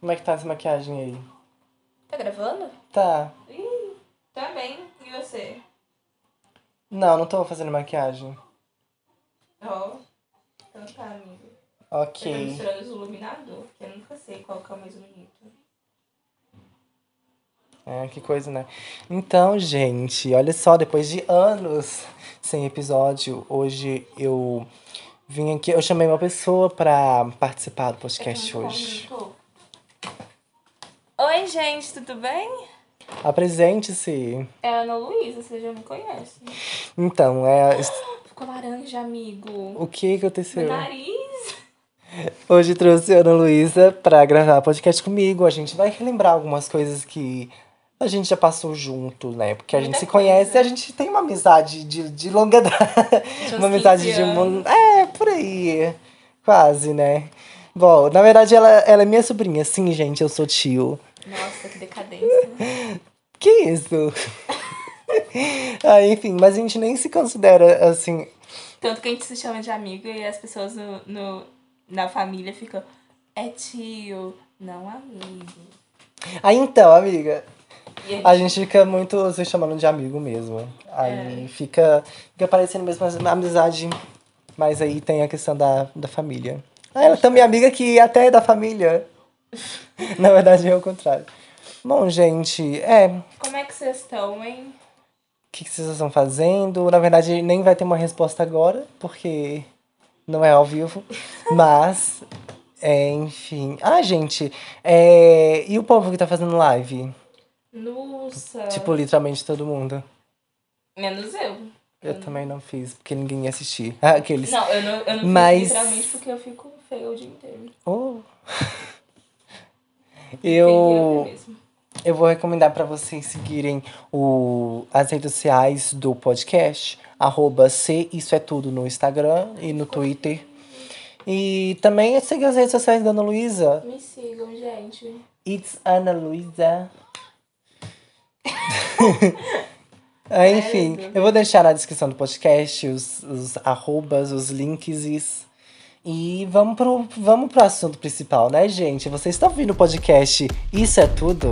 Como é que tá essa maquiagem aí? Tá gravando? Tá. Ih, tá bem. E você? Não tô fazendo maquiagem. Ó, então tá, amigo. Ok. Eu tô misturando os iluminador, que eu nunca sei qual que é o mais bonito. É, que coisa, né? Então, gente, olha só, depois de anos sem episódio, hoje eu vim aqui, eu chamei uma pessoa pra participar do Eu tô podcast muito longe, hoje. não tô? Oi, gente, tudo bem? Apresente-se. É a Ana Luísa, você já me conhece. Então, Ficou laranja, amigo. o que Meu aconteceu? nariz. Hoje trouxe a Ana Luísa pra gravar podcast comigo. A gente vai relembrar algumas coisas que a gente já passou junto, né? Porque a gente Muita se coisa. conhece e a gente tem uma amizade de longa data. De uns Uma amizade 15 de anos. por aí. Quase, né? Bom, na verdade ela é minha sobrinha. Sim, gente, eu sou tio. Nossa, que decadência. Que isso? Enfim, mas a gente nem se considera assim. Tanto que a gente se chama de amigo e as pessoas na família ficam... É tio, não amigo. Então, amiga. E A gente fica muito se chamando de amigo mesmo. É. Aí fica parecendo mesmo uma amizade, mas aí tem a questão da família. Ela é tão minha amiga que até é da família. Na verdade é o contrário. Bom, gente, Como é que vocês estão, hein? o que vocês estão fazendo? Na verdade, nem vai ter uma resposta agora, porque não é ao vivo. Mas, enfim. Gente, e o povo que tá fazendo live? Nossa. Tipo, literalmente todo mundo. Menos eu. Eu também não fiz, porque ninguém ia assistir. Aqueles. Não, eu não Mas- fiz literalmente porque eu fico feia o dia inteiro. Oh, Queria ver eu, mesmo. eu vou recomendar pra vocês seguirem as redes sociais do podcast. @se isso é tudo no Instagram e no Twitter. E também seguir as redes sociais da Ana Luísa. Me sigam, gente. It's Ana Luísa. Enfim, eu vou deixar na descrição do podcast os arrobas, os links. E vamos pro assunto principal, né, gente? Vocês estão ouvindo o podcast Isso é Tudo?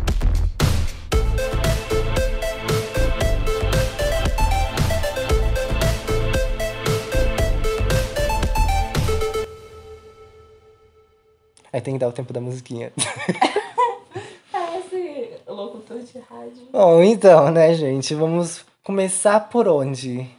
Aí tem que dar o tempo da musiquinha. Parece locutor de rádio. Bom, então, né, gente? Vamos começar por onde?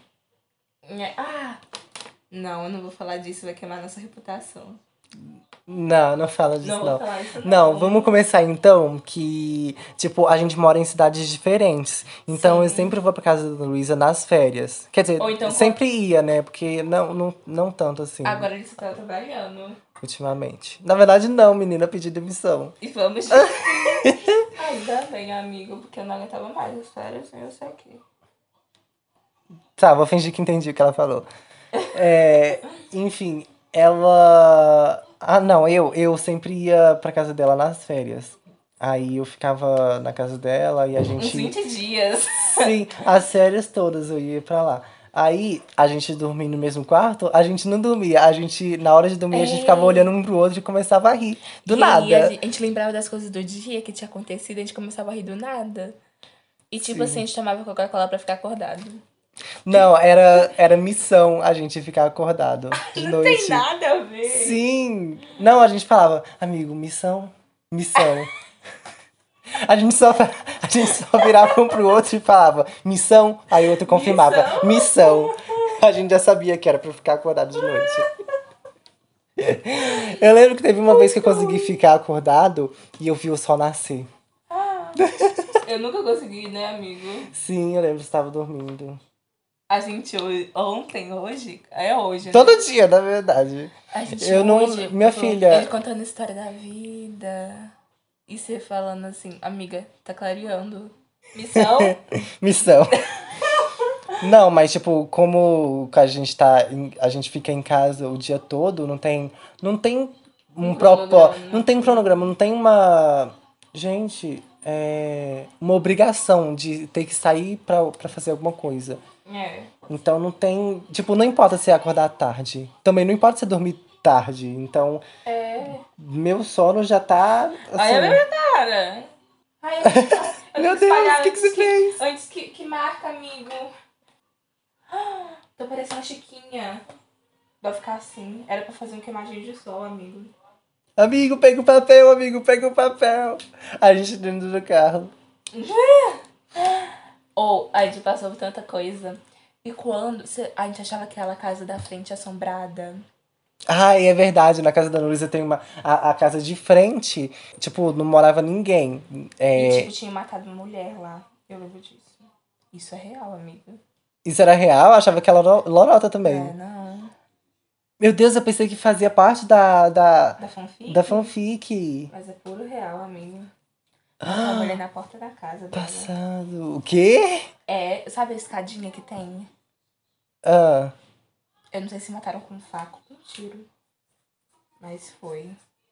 Não, eu não vou falar disso, vai queimar nossa reputação. Não fala disso, Não não. vou falar isso, Não, vamos começar então que, tipo, a gente mora em cidades diferentes. Então eu Sim. sempre vou pra casa da Luísa nas férias. Quer dizer, Ou então sempre ia, né? Porque não tanto assim, Agora ele está trabalhando. ultimamente. Na verdade, não, menina, eu pedi demissão. E vamos. Ainda bem, amigo, porque eu não aguentava mais as férias sem você aqui. Tá, vou fingir que entendi o que ela falou. Enfim, ela. Não, eu sempre ia pra casa dela nas férias. Aí eu ficava na casa dela e a Uns gente. 20 dias. Sim, as férias todas eu ia pra lá. Aí, a gente dormia no mesmo quarto, a gente não dormia. A gente, na hora de dormir, a gente ficava olhando um pro outro e começava a rir. Do E nada. aí a gente lembrava das coisas do dia que tinha acontecido, a gente começava a rir do nada. E tipo Sim. assim, a gente tomava Coca-Cola pra ficar acordado. Não, era missão a gente ficar acordado de Não noite. tem nada a ver. Sim. Não, a gente falava, amigo, missão. A gente só virava um pro outro e falava, missão. Aí o outro confirmava, missão. A gente já sabia que era pra ficar acordado de noite. Eu lembro que teve uma vez que eu consegui ficar acordado e eu vi o sol nascer. Eu nunca consegui, né, amigo? Sim, eu lembro que estava dormindo. A gente hoje, é hoje, né? Todo dia, na verdade. A gente Eu não. hoje, Minha filha. Ele contando a história da vida. E você falando assim, amiga, tá clareando. Missão? Missão. Não, mas tipo, como a gente a gente fica em casa o dia todo, não tem um propósito, não tem um cronograma, não tem uma, gente, uma obrigação de ter que sair pra fazer alguma coisa. É. Então não tem, tipo, não importa você acordar tarde. Também não importa você dormir tarde. Então, É. meu sono já tá, Ai, é assim... minha cara. Ai, eu Meu tenho que Deus, espalhar o que você fez? antes que marca, amigo. Tô parecendo uma chiquinha. Vai ficar assim. Era pra fazer um queimadinho de sol, amigo. Amigo, pega o papel, amigo, pega o papel. A gente dentro do carro. Ou a gente passou por tanta coisa. E quando a gente achava aquela casa da frente assombrada. Ai, é verdade, na casa da Luísa tem uma... A casa de frente, tipo, não morava ninguém. E É, tipo, tinha matado uma mulher lá. Eu lembro disso. Isso é real, amiga. isso era real? Eu achava que era lorota É, também. não. Meu Deus, eu pensei que fazia parte Da fanfic? da fanfic. Mas é puro real, amigo. Matou a mulher na porta da casa dela. Passado. O quê? É, sabe a escadinha que tem? Ah, Eu não sei se mataram com faca ou com tiro. Mas foi.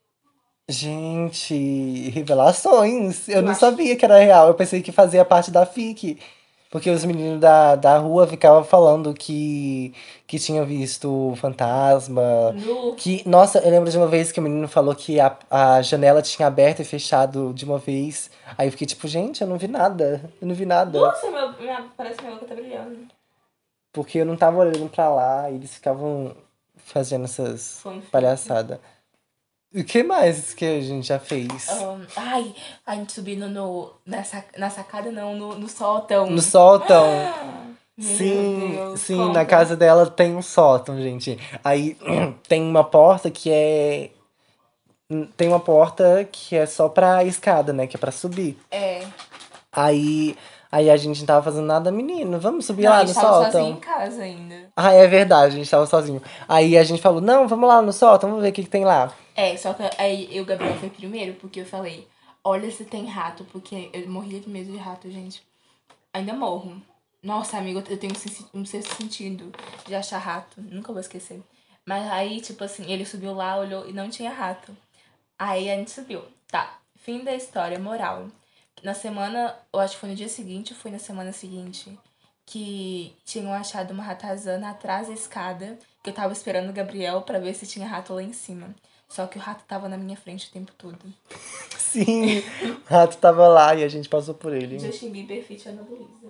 gente, revelações. Eu Eu não acho. sabia que era real. Eu pensei que fazia parte da fic. Porque os meninos da rua ficavam falando que tinham visto fantasma. Nu. Que, nossa, eu lembro de uma vez que o menino falou que a janela tinha aberto e fechado de uma vez. Aí eu fiquei tipo, gente, eu não vi nada. Eu não vi nada. Nossa, parece que minha boca tá brilhando. Porque eu não tava olhando pra lá e eles ficavam fazendo essas Fanfic. palhaçadas. E o que mais que a gente já fez? Ai, a gente subindo na sacada, não, no sótão. No sótão. Meu Sim, Deus, sim, na conta. casa dela tem um sótão, gente. Aí tem uma porta que é. Tem uma porta que é só pra escada, né? Que é pra subir. É. Aí, aí a gente não tava fazendo nada, menino. Vamos subir Não, a lá gente no tava sozinho em sótão. casa ainda. Ah, é verdade, a gente tava sozinho. Aí a gente falou, não, vamos lá no sótão, vamos ver o que tem lá. É, só que aí o Gabriel foi primeiro, porque eu falei, olha se tem rato, porque eu morria de medo de rato, gente. Ainda morro. Nossa, amigo, eu tenho um sexto sentido de achar rato. Nunca vou esquecer. Mas aí, tipo assim, ele subiu lá, olhou e não tinha rato. Aí a gente subiu. Tá. Fim da história, moral. Na semana, eu acho que foi no dia seguinte ou foi na semana seguinte, que tinham achado uma ratazana atrás da escada, que eu tava esperando o Gabriel pra ver se tinha rato lá em cima. Só que o rato tava na minha frente o tempo todo. Sim, o rato tava lá e a gente passou por ele. Justin Bieber feat Ana Luísa.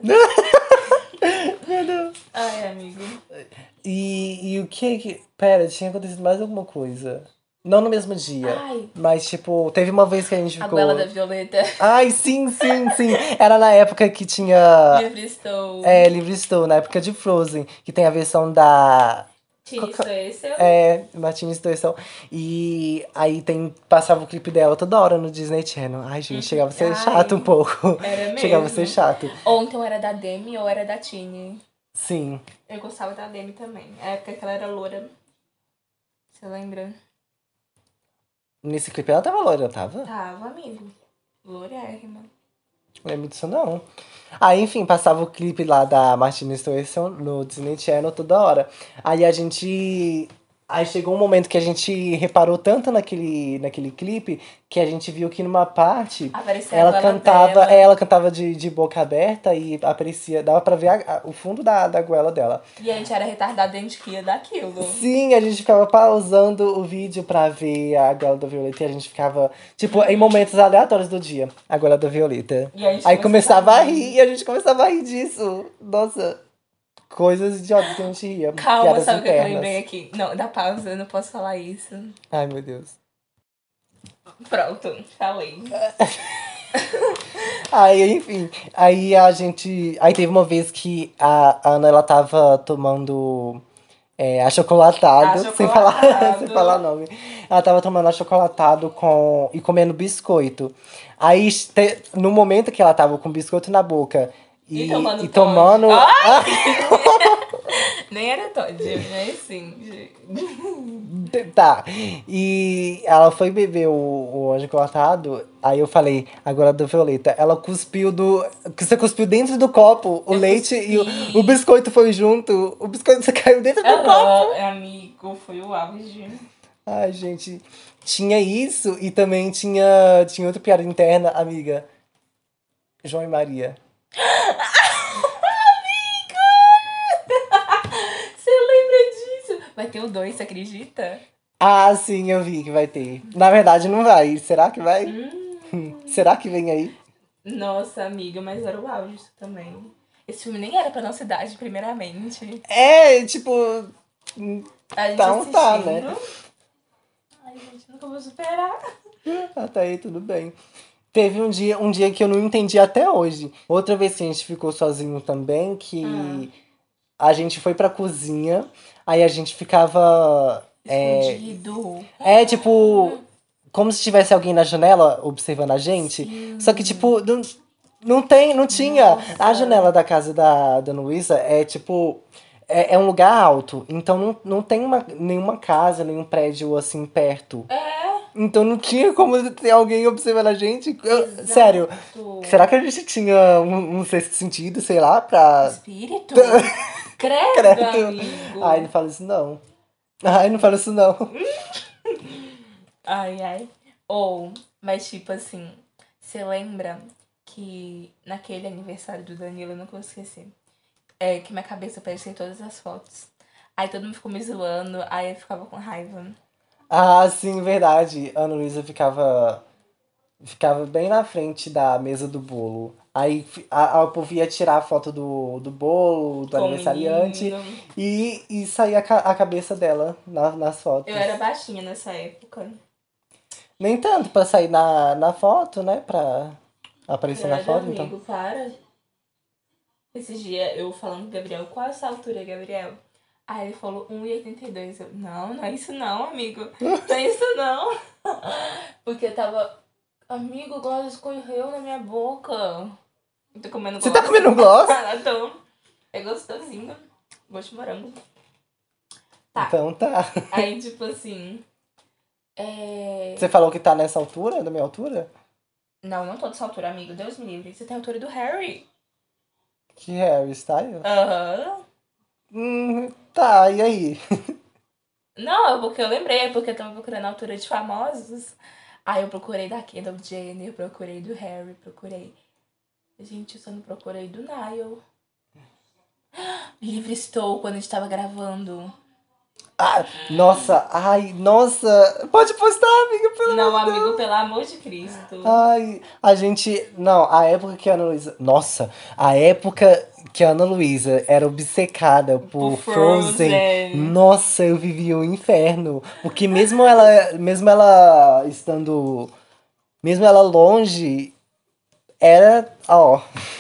Meu Deus. Ai, amigo. E o que. Pera, tinha acontecido mais alguma coisa. Não no mesmo dia. Ai, Mas, tipo, teve uma vez que a gente a ficou. goela da Violeta. Ai, sim, sim, sim. Era na época que tinha. Livre estou. É, Livre Estou, na época de Frozen, que tem a versão da. Tini Stoessel. É, Martins Stoessel. E aí passava o clipe dela toda hora no Disney Channel. Ai, gente, chegava a ser Ai, chato um pouco. Era mesmo. Chegava a ser chato. Ou então era da Demi ou era da Tini. Sim. Eu gostava da Demi também. A época que ela era loura. Você lembra? Nesse clipe ela tava loira, tava? Tava, amigo. Lourérrima. Não lembro disso, não. Aí, enfim, passava o clipe lá da Martina Stoessel no Disney Channel toda hora. Aí a gente... Aí chegou um momento que a gente reparou tanto naquele clipe que a gente viu que numa parte Aparecia a goela dela. ela cantava de boca aberta e aparecia, dava pra ver o fundo da goela dela. E a gente era retardado, a gente ria daquilo. Sim, a gente ficava pausando o vídeo pra ver a goela da Violeta e a gente ficava, tipo, em momentos aleatórios do dia, a goela da Violeta. E a gente Aí começava a rir e a gente começava a rir disso. Nossa, coisas idiotas que a gente ria. Calma, piadas sabe o que eu internas. lembrei aqui? Não, dá pausa, eu não posso falar isso. Ai, meu Deus. Pronto, falei. Aí, enfim, aí a gente... Aí teve uma vez que a Ana, ela tava tomando achocolatado, Achocolatado. sem falar nome. Ela tava tomando achocolatado e comendo biscoito. Aí, no momento que ela tava com o biscoito na boca E tomando e tomando... Nem era Todd, mas sim. Tá. E ela foi beber o achocolatado. Aí eu falei, agora da Violeta. Ela cuspiu você cuspiu dentro do copo o leite cuspi. e o biscoito foi junto. O biscoito caiu dentro do copo. Amigo, foi o auge. Ai, gente. Tinha isso e também tinha outra piada interna, amiga. João e Maria. Você lembra disso? Vai ter o 2, você acredita? Ah, sim, eu vi que vai ter. Na verdade, não vai. Será que vai? Será que vem aí? Nossa, amiga, mas era o auge isso também. Esse filme nem era pra nossa idade, primeiramente. É, tipo. A gente Então tá, né? assistindo. Ai, gente, nunca vou superar. Até aí, tudo bem. Teve um dia que eu não entendi até hoje. Outra vez que a gente ficou sozinho também, Ah, que a gente foi pra cozinha, aí a gente ficava. escondido. Tipo, como se tivesse alguém na janela observando a gente. Só que, Sim. tipo, não tinha. A Nossa. janela da casa da Dona Luísa é tipo. É um lugar alto, então não tem nenhuma casa, nenhum prédio assim perto. É, Então não tinha como ter alguém observando a gente. Sério, exato. será que a gente tinha um sexto sentido, sei lá, pra. Espírito? Credo, Credo. Ai, amigo. não fala isso não. Ai, não fala isso não. Ai, ai. Ou, mas tipo assim, você lembra que naquele aniversário do Danilo, eu não vou esquecer. É que minha cabeça aparecia em todas as fotos. Aí todo mundo ficou me zoando, aí eu ficava com raiva. Ah, sim, verdade. A Ana Luísa ficava bem na frente da mesa do bolo. Aí o povo ia tirar a foto do bolo, do Com o aniversariante, menino. e saía a cabeça dela nas Eu fotos. era baixinha nessa época. Nem tanto pra sair na foto, né? Pra aparecer na Credo, foto, então. amigo, para. Esses dias eu falando com o Gabriel, qual é essa altura, Gabriel? Aí ele falou 1,82. Eu, não, não é isso não, amigo. Não é isso não. Porque eu tava, amigo, o gloss escorreu na minha boca. Eu tô comendo Você tá gloss. comendo um gloss? Então, é gostosinho. Gosto de morango. Tá. Então tá. Aí, tipo assim, é... Você falou que tá nessa altura, da minha altura? Não, não tô dessa altura, amigo. Deus me livre. Você tem a altura do Harry. Que Harry Styles? Aham. Tá, e aí? Não, é porque eu lembrei, é porque eu tava procurando a altura de famosos. Aí eu procurei da Kendall Jenner, procurei do Harry, procurei. Gente, eu só não procurei do Niall. Livre estou quando a gente tava gravando. Ah, nossa, ai, nossa. Pode postar, amiga, pelo amor Não, de amigo, Deus. pelo amor de Cristo. Ai, a gente. Não, a época que a Ana Luísa. Nossa, a época que a Ana Luísa era obcecada Por por Frozen. Frozen. Nossa, eu vivia um inferno. Porque mesmo ela estando. Mesmo ela longe, era. Ó.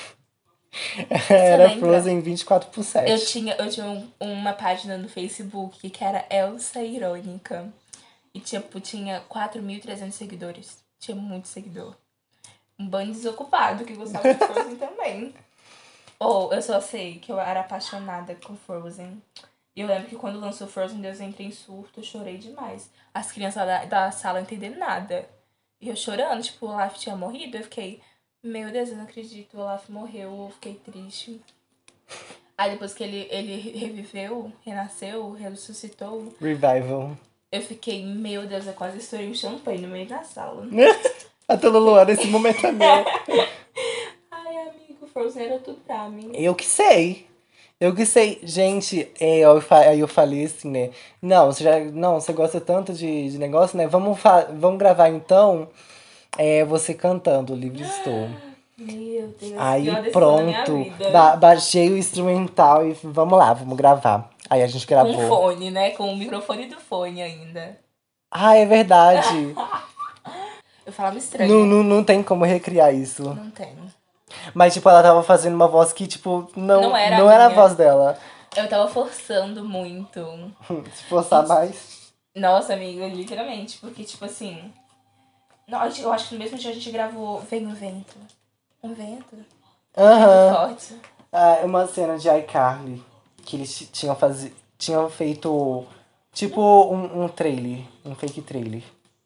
Você Era lembra? Frozen 24 por Eu 7. tinha, eu tinha uma página no Facebook que era Elsa Irônica. E tipo, tinha 4.300 seguidores. Tinha muito seguidor. Um bando desocupado que gostava de Frozen também. Ou eu só sei que eu era apaixonada com Frozen. E eu lembro que quando lançou Frozen, Deus, eu entrei em surto, eu chorei demais. As crianças da sala não entendendo nada. E eu chorando, tipo, o Olaf tinha morrido. Eu fiquei, meu Deus, eu não acredito, o Olaf morreu. Eu fiquei triste. Aí depois que ele reviveu, renasceu, ressuscitou, Revival. eu fiquei, meu Deus, eu quase estourei um champanhe no meio da sala. A toda Luana, esse momento é meu. Ai, amigo, Frozen era tudo pra mim. Eu que sei. Eu que sei. Gente, aí eu falei assim, né? Não, você gosta tanto de negócio, né? Vamos gravar então você cantando Livre Estou. Meu Deus, Aí pior decisão da minha pronto, vida. baixei o instrumental e vamos lá, vamos gravar. Aí a gente Com gravou. fone, né? Com o microfone do fone ainda. Ah, é verdade. Eu falava Não, estranho. não, não tem como recriar isso. Não tem. Mas, tipo, ela tava fazendo uma voz que, tipo, Não era a não era a minha. voz dela. Eu tava forçando muito. Se forçar mais. Nossa, amiga, literalmente. Porque, tipo assim. Não, eu acho que no mesmo dia a gente gravou Vem o Vento. Um vento? Vento Aham. forte. Ah, uma cena de iCarly que eles tinham feito tipo um trailer, um fake trailer.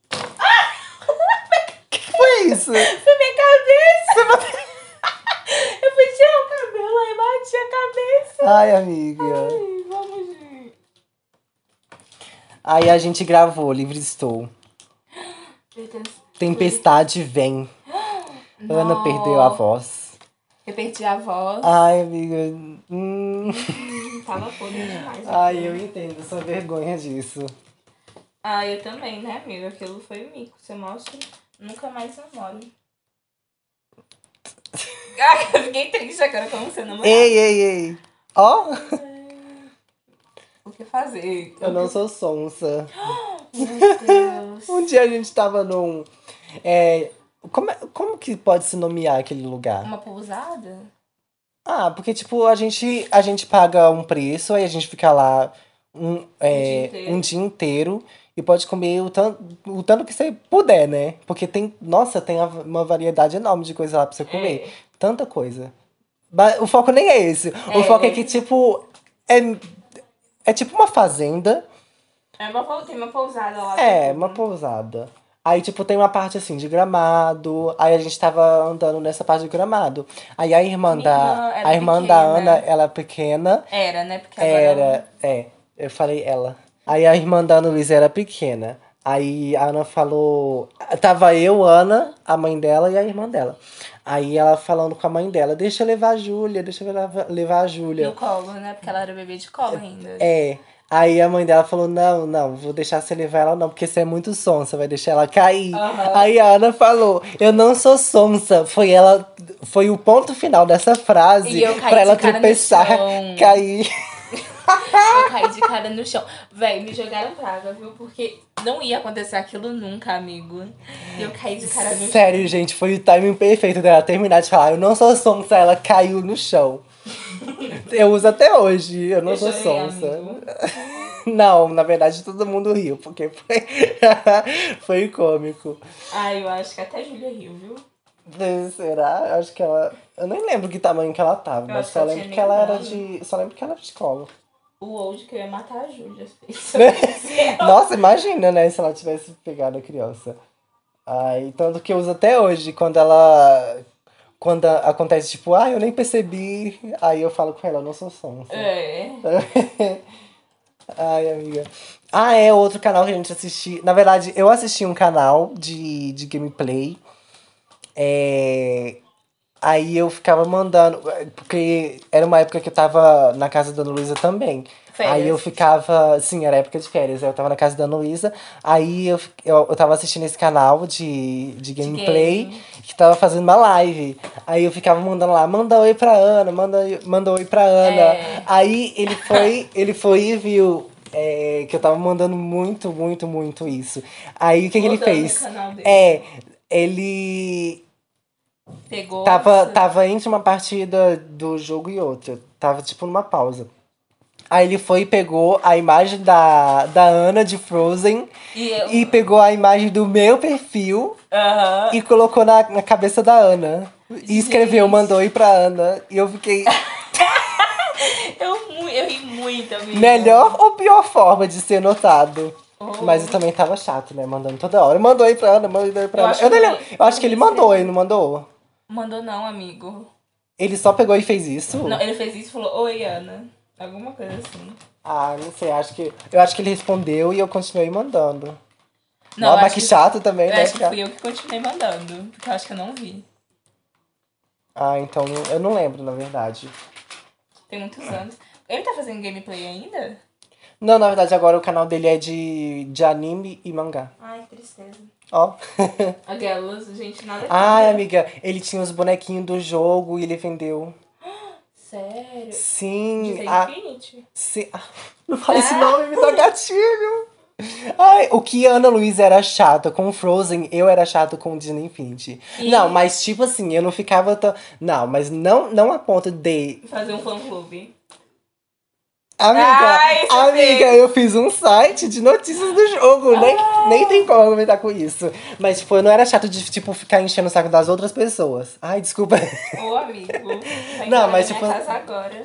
Que foi isso? Foi minha cabeça! Eu fui tirar o cabelo, aí bati a cabeça. Ai, amiga. Ai, vamos de... Aí a gente gravou, Livre Estou. Meu Deus. Tempestade vem. Ana perdeu a Não. voz. Eu perdi a voz. Ai, amiga. Tava podre demais. Ai, eu entendo sua vergonha disso. Ah, eu também, né, amiga? Aquilo foi mico. Você mostra, nunca mais namoro. Ai, eu fiquei triste agora como seu namorado. Ei. Ó, O que fazer? eu não sou sonsa. Meu Deus. Um dia a gente tava num. Como que pode se nomear aquele lugar? Uma pousada? Ah, porque, tipo, a gente paga um preço, aí a gente fica lá dia inteiro. um dia inteiro e pode comer o tanto que você puder, né? Porque tem, nossa, tem uma variedade enorme de coisa lá pra você comer. É. Tanta coisa. Mas o foco nem é esse. O foco é que, tipo, é tipo uma fazenda. Tem uma pousada lá. É, uma pousada. Aí, tipo, tem uma parte assim de Gramado. Aí a gente tava andando nessa parte de Gramado. Aí a irmã Minha irmã da. era A irmã da pequena. Ana, ela é pequena. Era, né? Porque agora... Eu falei ela. Aí a irmã da Ana Luísa era pequena. Aí a Ana falou. Tava eu, Ana, a mãe dela e a irmã dela. Aí ela falando com a mãe dela: deixa eu levar a Júlia, deixa eu levar a Júlia. No colo, né? Porque ela era bebê de colo ainda. É. Aí a mãe dela falou: não, vou deixar você levar ela não, porque você é muito sonsa, vai deixar ela cair. Aham. Aí a Ana falou: eu não sou sonsa. Foi o ponto final dessa frase E eu caí pra ela de cara no tropeçar, chão. cair. Eu caí de cara no chão. Véi, me jogaram praga, viu? Porque não ia acontecer aquilo nunca, amigo. E eu caí de cara no chão. Sério, gente, foi o timing perfeito dela terminar de falar: eu não sou sonsa, ela caiu no chão. Eu uso até hoje, eu não Eu sou chorei, sonsa. amigo. Não, na verdade todo mundo riu, porque foi cômico. Ai, eu acho que até a Júlia riu, viu? Será? Eu acho que ela. Eu nem lembro que tamanho que ela tava, Eu mas acho só que ela lembro tinha que ela era meio de. Só lembro que ela era de escola. O old que eu ia matar a Júlia. Isso aconteceu. Nossa, imagina, né, se ela tivesse pegado a criança. Aí, tanto que eu uso até hoje, quando ela. Quando acontece, tipo, eu nem percebi. Aí eu falo com ela, eu não sou sonsa. É. Ai, amiga. É outro canal que a gente assistia. Na verdade, eu assisti um canal de gameplay. É. Aí eu ficava mandando, porque era uma época que eu tava na casa da Ana Luísa também. Aí eu Férias. ficava, sim, era época de férias, aí eu tava na casa da Ana Luísa, aí eu tava assistindo esse canal de gameplay game. que tava fazendo uma live. Aí eu ficava mandando lá, manda oi pra Ana, manda oi pra Ana. É. Aí ele foi e viu que eu tava mandando muito, muito, muito isso. Aí o que ele Rodando fez? o canal dele. Ele Pegou. tava entre uma partida do jogo e outra. Tava tipo numa pausa. Aí ele foi e pegou a imagem da Ana de Frozen E pegou a imagem do meu perfil Aham. e colocou na cabeça da Ana. E escreveu, Gente. mandou ir pra Ana. E eu fiquei. Eu ri muito, amiga. Melhor ou pior forma de ser notado? Oh. Mas eu também tava chato, né? Mandando toda hora. Mandou aí pra Ana, mandou aí pra Eu Ana. acho Eu, nem que lembro. Eu acho que ele mandou, ele não mandou? Mandou não, amigo. Ele só pegou e fez isso? Não, ele fez isso e falou, oi, Ana. Alguma coisa assim. Não sei, eu acho que ele respondeu e eu continuei mandando. Não, Mas acho que que- chato também, Eu né? acho que fui eu que continuei mandando. Porque eu acho que eu não vi. Então eu não lembro, na verdade. Tem muitos anos. Ele tá fazendo gameplay ainda? Não, na verdade, agora o canal dele é de anime e mangá. Ai, que tristeza. Ó. Aquelas, gente, nada Ai, contra. amiga, ele tinha os bonequinhos do jogo e ele vendeu. Sério? Sim. Disney Infinity? Sim. Não fala esse nome, me dá gatilho. Ai, o que Ana Luísa era chata com Frozen, eu era chato com Disney Infinity. E- Não, mas tipo assim, eu não ficava tão. Não, mas não a ponto de. Fazer um fã-clube. Amiga, Ai, você amiga, fez. eu fiz um site de notícias do jogo. Nem tem como argumentar com isso. Mas, tipo, eu não era chato de, tipo, ficar enchendo o saco das outras pessoas. Ai, desculpa. Ô, amigo. Vai Não, embora mas, da tipo. minha casa agora.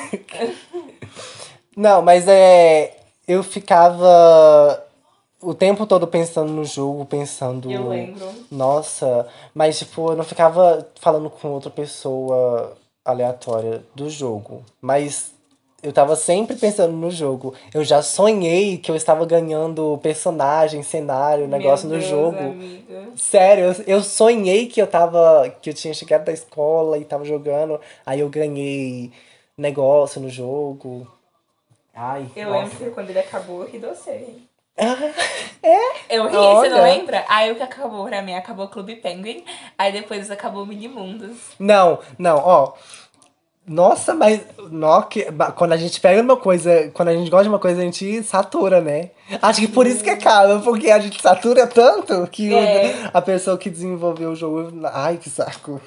Não, mas eu ficava o tempo todo pensando no jogo, pensando. Eu lembro. Nossa, mas tipo, eu não ficava falando com outra pessoa aleatória do jogo. Mas eu tava sempre pensando no jogo. Eu já sonhei que eu estava ganhando personagem, cenário, negócio Meu no Deus, jogo. amiga. Sério, eu sonhei que eu tinha chegado da escola e tava jogando, aí eu ganhei negócio no jogo. Ai, Eu nossa. lembro que quando ele acabou, eu ri de você. Eu ri, você não lembra? Aí o que acabou pra mim? Acabou o Clube Penguin, aí depois acabou o Minimundos. Não, ó. Nossa, mas quando a gente pega uma coisa, quando a gente gosta de uma coisa, a gente satura, né? Acho que por isso que acaba, porque a gente satura tanto que a pessoa que desenvolveu o jogo. Ai, que saco.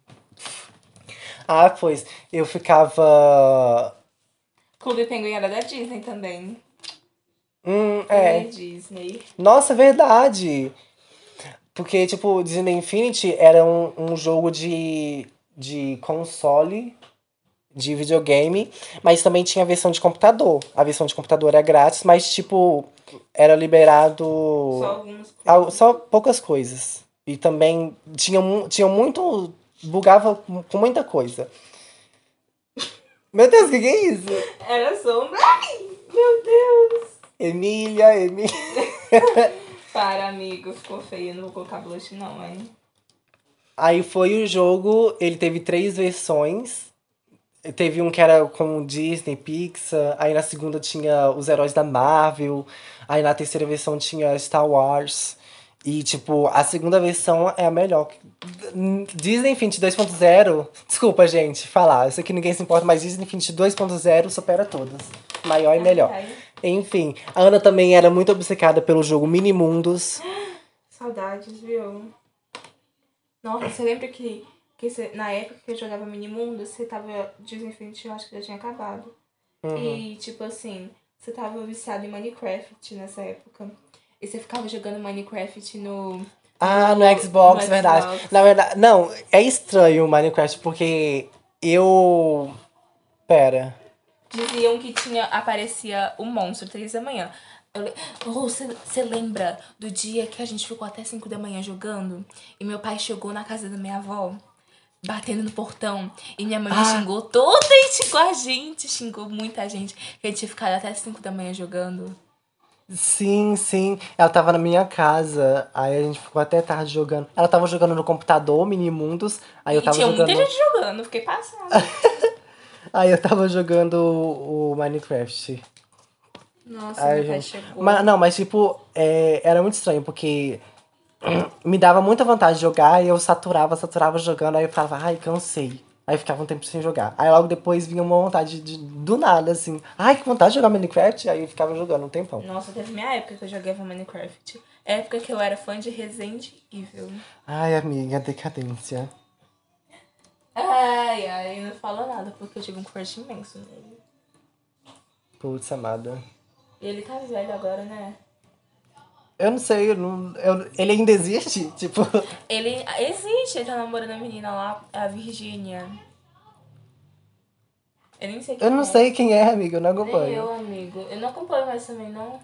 Ah, pois, eu ficava. Clube Penguin era da Disney também. É. Disney. Nossa, verdade. Porque, tipo, Disney Infinity era um jogo de console, de videogame, mas também tinha a versão de computador. A versão de computador era grátis, mas, tipo, era liberado. Só algumas coisas. Só poucas coisas. E também tinha muito. Bugava com muita coisa. Meu Deus, o que é isso? Era sombra. Ai, meu Deus. Emília. Para, amigo, ficou feio. Eu não vou colocar blush, não, hein? Aí foi o jogo, ele teve 3 versões. Teve um que era com Disney, Pixar. Aí na segunda tinha os heróis da Marvel. Aí na terceira versão tinha Star Wars. E, tipo, a segunda versão é a melhor. Disney Infinity 2.0. Desculpa, gente, falar. Isso aqui ninguém se importa, mas Disney Infinity 2.0 supera todas. Maior e melhor. Ai. Enfim, a Ana também era muito obcecada pelo jogo Minimundos. Saudades, viu? Nossa, você lembra que você, na época que eu jogava Minimundo, você tava. Disney Infinity, eu acho que já tinha acabado. E, tipo assim, você tava viciado em Minecraft nessa época. E você ficava jogando Minecraft no Xbox, no verdade. Xbox. Na verdade, não, é estranho o Minecraft, porque eu. Pera. Diziam que aparecia o monstro 3 da manhã. Você lembra do dia que a gente ficou até 5 da manhã jogando? E meu pai chegou na casa da minha avó, batendo no portão. E minha mãe me xingou toda e xingou a gente. Xingou muita gente. Que a gente tinha ficado até 5 da manhã jogando. Sim. Ela tava na minha casa. Aí a gente ficou até tarde jogando. Ela tava jogando no computador, Minimundos. Aí eu E tava tinha muita jogando. gente jogando, fiquei passada. Aí eu tava jogando o Minecraft. Nossa, Aí, meu pai gente. chegou. Mas tipo, era muito estranho, porque me dava muita vontade de jogar e eu saturava jogando, aí eu falava, ai, cansei. Aí ficava um tempo sem jogar. Aí logo depois vinha uma vontade do nada, assim. Ai, que vontade de jogar Minecraft. Aí eu ficava jogando um tempão. Nossa, teve minha época que eu jogava Minecraft. Época que eu era fã de Resident Evil. Ai, amiga, decadência. Ai, não fala nada, porque eu tive um crush imenso nele. Putz, amada. E ele tá velho agora, né? Eu não sei, ele ainda existe? Tipo. Ele existe, ele tá namorando a menina lá, a Virgínia. Eu nem sei quem Eu não é. sei quem é, amiga, eu não Nem acompanho. eu, amigo. Eu não acompanho mais também, não.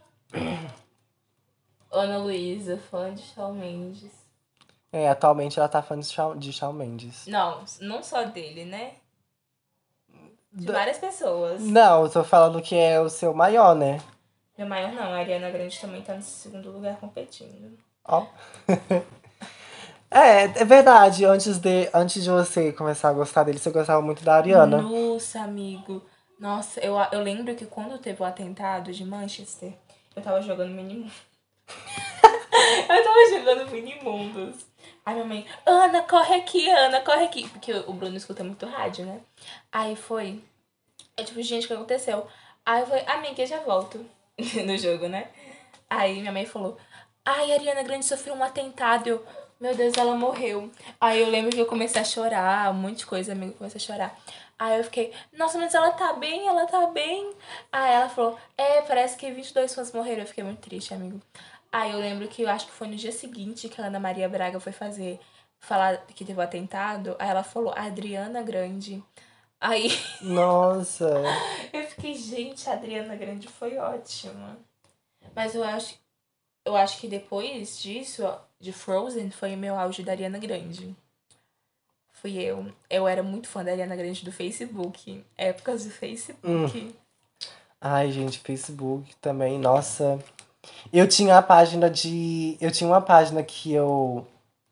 Ana Luísa, fã de Shawn Mendes. Atualmente ela tá fã de Shawn Mendes. Não só dele, né? De várias pessoas. Não, eu tô falando que é o seu maior, né? Meu maior não, a Ariana Grande também tá no segundo lugar competindo. Ó. É verdade. Antes de você começar a gostar dele, você gostava muito da Ariana. Nossa, amigo. Nossa, eu lembro que quando teve o atentado de Manchester, eu tava jogando Minimundos. Eu tava jogando Minimundos. Aí minha mãe, Ana, corre aqui, Ana, corre aqui. Porque o Bruno escuta muito rádio, né? Aí foi. Eu tipo, gente, o que aconteceu? Aí eu falei, amiga, eu já volto. No jogo, né? Aí minha mãe falou, ai, a Ariana Grande sofreu um atentado. Eu, meu Deus, ela morreu. Aí eu lembro que eu comecei a chorar, um monte de coisa, amigo, comecei a chorar. Aí eu fiquei, nossa, mas ela tá bem, ela tá bem. Aí ela falou, parece que 22 fãs morreram. Eu fiquei muito triste, amigo. Aí eu lembro que eu acho que foi no dia seguinte que a Ana Maria Braga foi falar que teve o atentado. Aí ela falou, Adriana Grande. Aí Nossa. eu fiquei, gente, a Adriana Grande foi ótima. Mas eu acho que depois disso, ó, de Frozen, foi o meu auge da Ariana Grande. Fui eu. Eu era muito fã da Ariana Grande do Facebook. Épocas do Facebook. Ai, gente, Facebook também, nossa. Eu tinha uma página que eu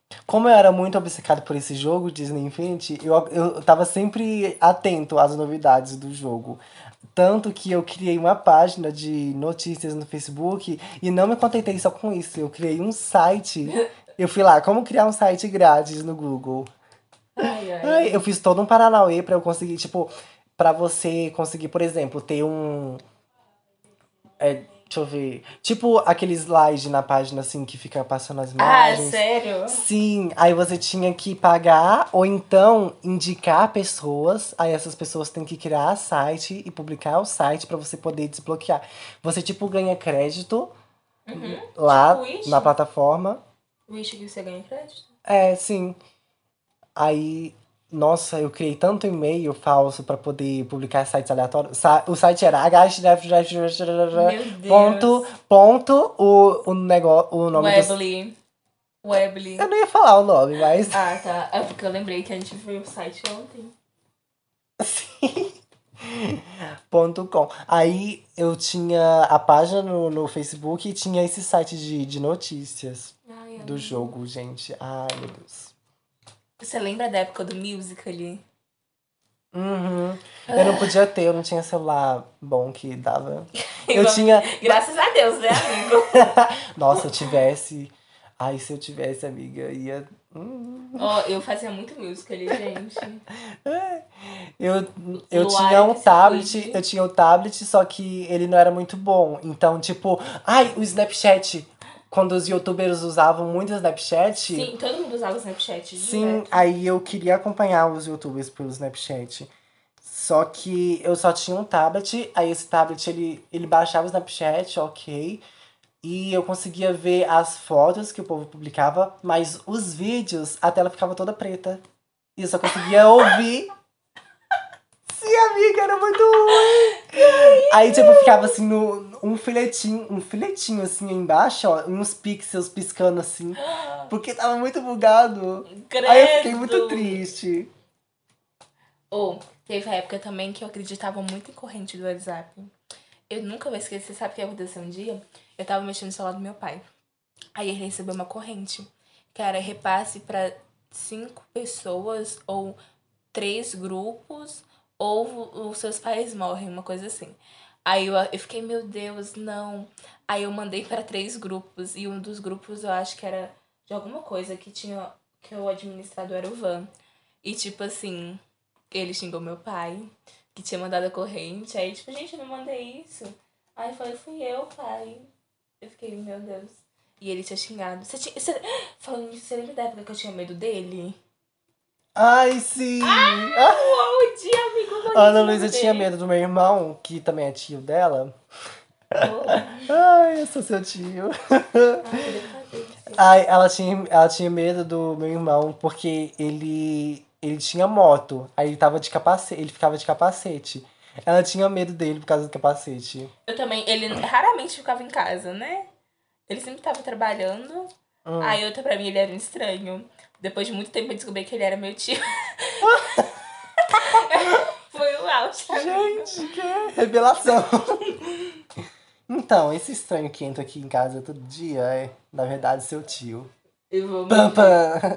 Como eu era muito obcecado por esse jogo, Disney Infinity, eu tava sempre atento às novidades do jogo. Tanto que eu criei uma página de notícias no Facebook e não me contentei só com isso. Eu criei um site. Eu fui lá, como criar um site grátis no Google. Ai, ai. Ai, eu fiz todo um paranauê pra eu conseguir, tipo, pra você conseguir, por exemplo, ter um. Deixa eu ver. Tipo aquele slide na página assim que fica passando as Ah, imagens. sério? Sim, aí você tinha que pagar ou então indicar pessoas. Aí essas pessoas têm que criar site e publicar o site pra você poder desbloquear. Você, tipo, ganha crédito Uhum. Tipo lá Wish. na plataforma. Wish que você ganha crédito. É, sim. Aí, nossa, eu criei tanto e-mail falso pra poder publicar sites aleatórios. O site era Meu ponto, Deus. ponto, o negócio, o nome do. Weebly. Eu Weebly. não ia falar o nome, mas. Ah, tá. É porque eu lembrei que a gente viu o site ontem. Ponto .com. Aí eu tinha a página no Facebook e tinha esse site de notícias Ai, do amigo. jogo, gente. Ai, meu Deus. Você lembra da época do Musical.ly? Uhum. Eu não podia ter, eu não tinha celular bom que dava. Eu Eu- tinha. Graças a Deus, né, amigo? Nossa, eu tivesse. Ai, se eu tivesse, amiga, ia. Ó, eu fazia muito Musical.ly, gente. Eu, eu tinha Luara um que se tablet, eu cuide. tinha um tablet, só que ele não era muito bom. Então, tipo, ai, o Snapchat. Quando os youtubers usavam muito o Snapchat, Sim, todo mundo usava o Snapchat sim, direto. aí eu queria acompanhar os youtubers pelo Snapchat. Só que eu só tinha um tablet, aí esse tablet ele baixava o Snapchat, ok. E eu conseguia ver as fotos que o povo publicava, mas os vídeos, a tela ficava toda preta. E eu só conseguia ouvir. Sim, amiga, era muito ruim. Aí, tipo, ficava assim, um filetinho assim embaixo, ó, uns pixels piscando assim, porque tava muito bugado. Aí eu fiquei muito Credo! triste. Ou, teve a época também que eu acreditava muito em corrente do WhatsApp. Eu nunca vou esquecer, sabe o que aconteceu um dia? Eu tava mexendo no celular do meu pai. Aí ele recebeu uma corrente. Que era repasse pra 5 pessoas, ou 3 grupos, ou os seus pais morrem, uma coisa assim. Aí eu fiquei, meu Deus, não. Aí eu mandei para 3 grupos, e um dos grupos eu acho que era de alguma coisa que tinha, que o administrador era o Van. E tipo assim, ele xingou meu pai, que tinha mandado a corrente. Aí, tipo, gente, eu não mandei isso. Aí foi, fui eu, pai. Eu fiquei, meu Deus. E ele tinha xingado. Falando nisso, você lembra da época que eu tinha medo dele? Ai, sim! Ah, Uau, dia, amigo, eu a morri Ana de medo Luísa tinha dele. medo do meu irmão, que também é tio dela. Oh, Ai, eu sou seu tio. ai, que decadência. Ai, ela tinha medo do meu irmão porque ele tinha moto. Aí ele tava de capacete, ele ficava de capacete. Ela tinha medo dele por causa do capacete. Eu também, ele raramente ficava em casa, né? Ele sempre tava trabalhando. Aí outra pra mim ele era um estranho. Depois de muito tempo eu descobri que ele era meu tio. Foi o auge, amigo. Gente, que revelação. Então, esse estranho que entra aqui em casa todo dia é, na verdade, seu tio. Eu vou Pam, mentir. pam.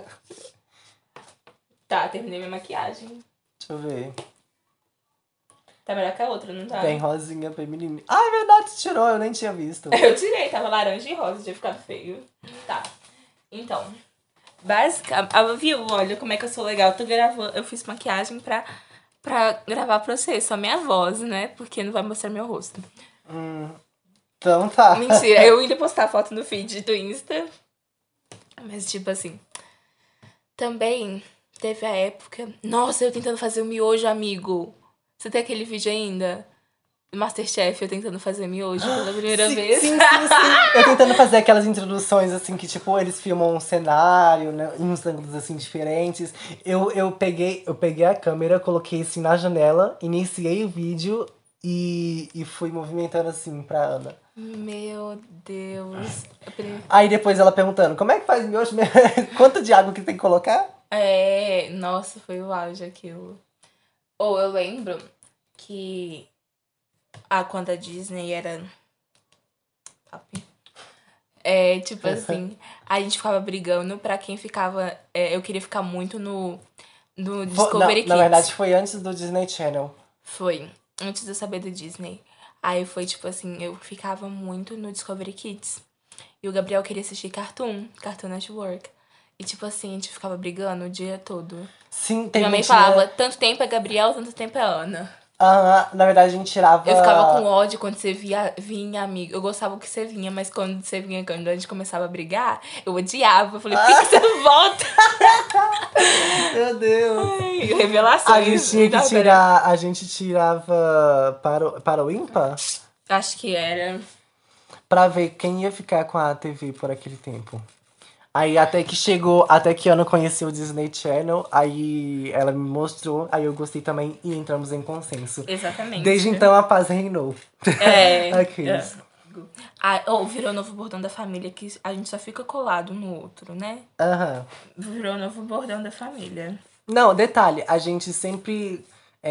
Tá, terminei minha maquiagem. Deixa eu ver. Tá melhor que a outra, não tá? Bem rosinha, bem menininha. Ah, é verdade, você tirou, eu nem tinha visto. Eu tirei, tava laranja e rosa, tinha ficado feio. Tá. Então, viu? Olha como é que eu sou legal. Eu tô gravando, eu fiz maquiagem pra gravar pra você, só minha voz, né? Porque não vai mostrar meu rosto. Então tá. Mentira, eu ainda postar foto no feed do Insta. Mas, tipo assim, também teve a época. Nossa, eu tentando fazer o miojo, amigo. Você tem aquele vídeo ainda? Masterchef, eu tentando fazer miojo pela primeira Sim, vez. sim, sim, sim. Eu tentando fazer aquelas introduções, assim, que, tipo, eles filmam um cenário, né, em uns ângulos, assim, diferentes. Eu peguei a câmera, coloquei, assim, na janela, iniciei o vídeo e fui movimentando, assim, pra Ana. Meu Deus. Aí depois ela perguntando, como é que faz miojo mesmo? Quanto de água que tem que colocar? É, nossa, foi o auge aquilo. Ou eu lembro que quando a Disney era top, Tipo assim, a gente ficava brigando pra quem ficava... eu queria ficar muito no Discovery Kids. Na verdade, foi antes do Disney Channel. Foi, antes de eu saber do Disney. Aí foi tipo assim, eu ficava muito no Discovery Kids. E o Gabriel queria assistir Cartoon Network. E tipo assim, a gente ficava brigando o dia todo. Sim, Minha mãe falava, tanto tempo é Gabriel, tanto tempo é Ana. Na verdade, a gente tirava... Eu ficava com ódio quando você vinha, amigo. Eu gostava que você vinha, mas quando você vinha, quando a gente começava a brigar, eu odiava. Eu falei, por que você não volta? Meu Deus. Ai, revelações. A gente tirava para o ímpar Acho que era. pra ver quem ia ficar com a TV por aquele tempo. Aí até que Ana conheceu o Disney Channel, aí ela me mostrou, aí eu gostei também e entramos em consenso. Exatamente. Desde então a paz reinou. Aqueles. Virou o novo bordão da família, que a gente só fica colado um no outro, né? Aham. Virou o novo bordão da família. Não, detalhe, a gente sempre.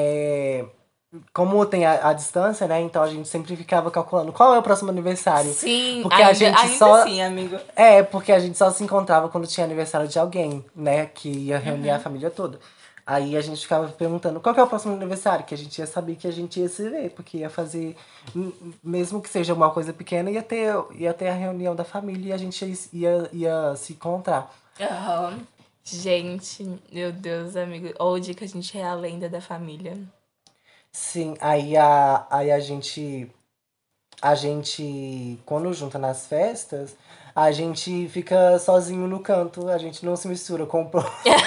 Como tem a distância, né? Então a gente sempre ficava calculando qual é o próximo aniversário. Sim, Porque a gente só. assim, amigo. Porque a gente só se encontrava quando tinha aniversário de alguém, né? Que ia reunir a família toda. Aí a gente ficava perguntando qual que é o próximo aniversário, que a gente ia saber que a gente ia se ver, porque ia fazer, mesmo que seja uma coisa pequena, ia ter a reunião da família e a gente ia se encontrar. Aham. Gente, meu Deus, amigo. Onde que a gente é a lenda da família. Sim, aí a gente, quando junta nas festas, a gente fica sozinho no canto, a gente não se mistura com o povo.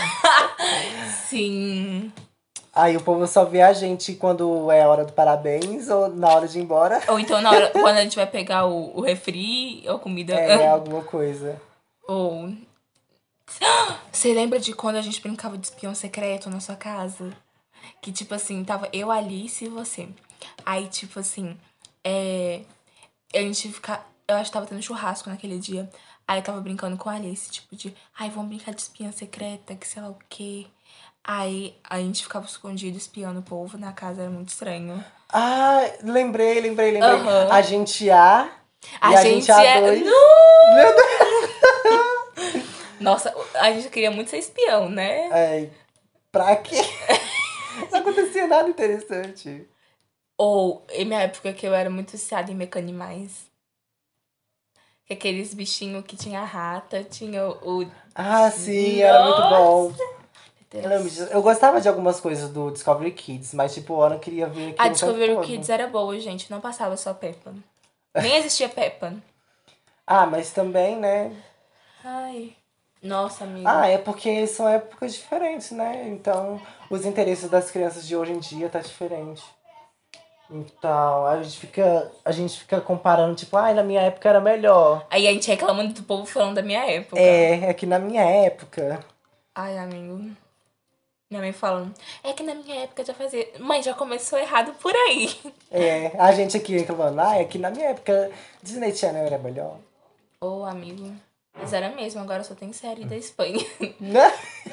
Sim. Aí o povo só vê a gente quando é a hora do parabéns ou na hora de ir embora. Ou então na hora, quando a gente vai pegar o refri ou comida. Alguma coisa. Ou. Você lembra de quando a gente brincava de espião secreto na sua casa? Que tipo assim, tava eu, Alice e você. Aí, tipo assim, a gente fica. Eu acho que tava tendo churrasco naquele dia. Aí eu tava brincando com a Alice, tipo de, ai, vamos brincar de espiã secreta, que sei lá o quê. Aí a gente ficava escondido espiando o povo na casa, era muito estranho. Ah, lembrei. Aham. A gente A A e a gente gente A2. Não! Meu Deus! Nossa, a gente queria muito ser espião, né? Pra quê? Não acontecia nada interessante. Ou, em minha época que eu era muito viciada em Mecanimais. Aqueles bichinhos que tinha rata, tinha o... Ah, sim, era muito bom. Deus. Eu gostava de algumas coisas do Discovery Kids, mas tipo, eu não queria ver aquilo A o tempo Discovery todo. Kids era boa, gente. Não passava só Peppa. Nem existia Peppa. Ah, mas também, né? Ai. Nossa, amigo. É porque são épocas diferentes, né? Então, os interesses das crianças de hoje em dia tá diferente. Então, a gente fica comparando, tipo, na minha época era melhor. Aí a gente reclamando do povo falando da minha época. É que na minha época. Ai, amigo. Minha mãe falando, é que na minha época já fazia. Mãe, já começou errado por aí. A gente aqui reclamando, é que na minha época Disney Channel era melhor. Ô, amigo. Mas era mesmo, agora só tem série da Espanha. Né?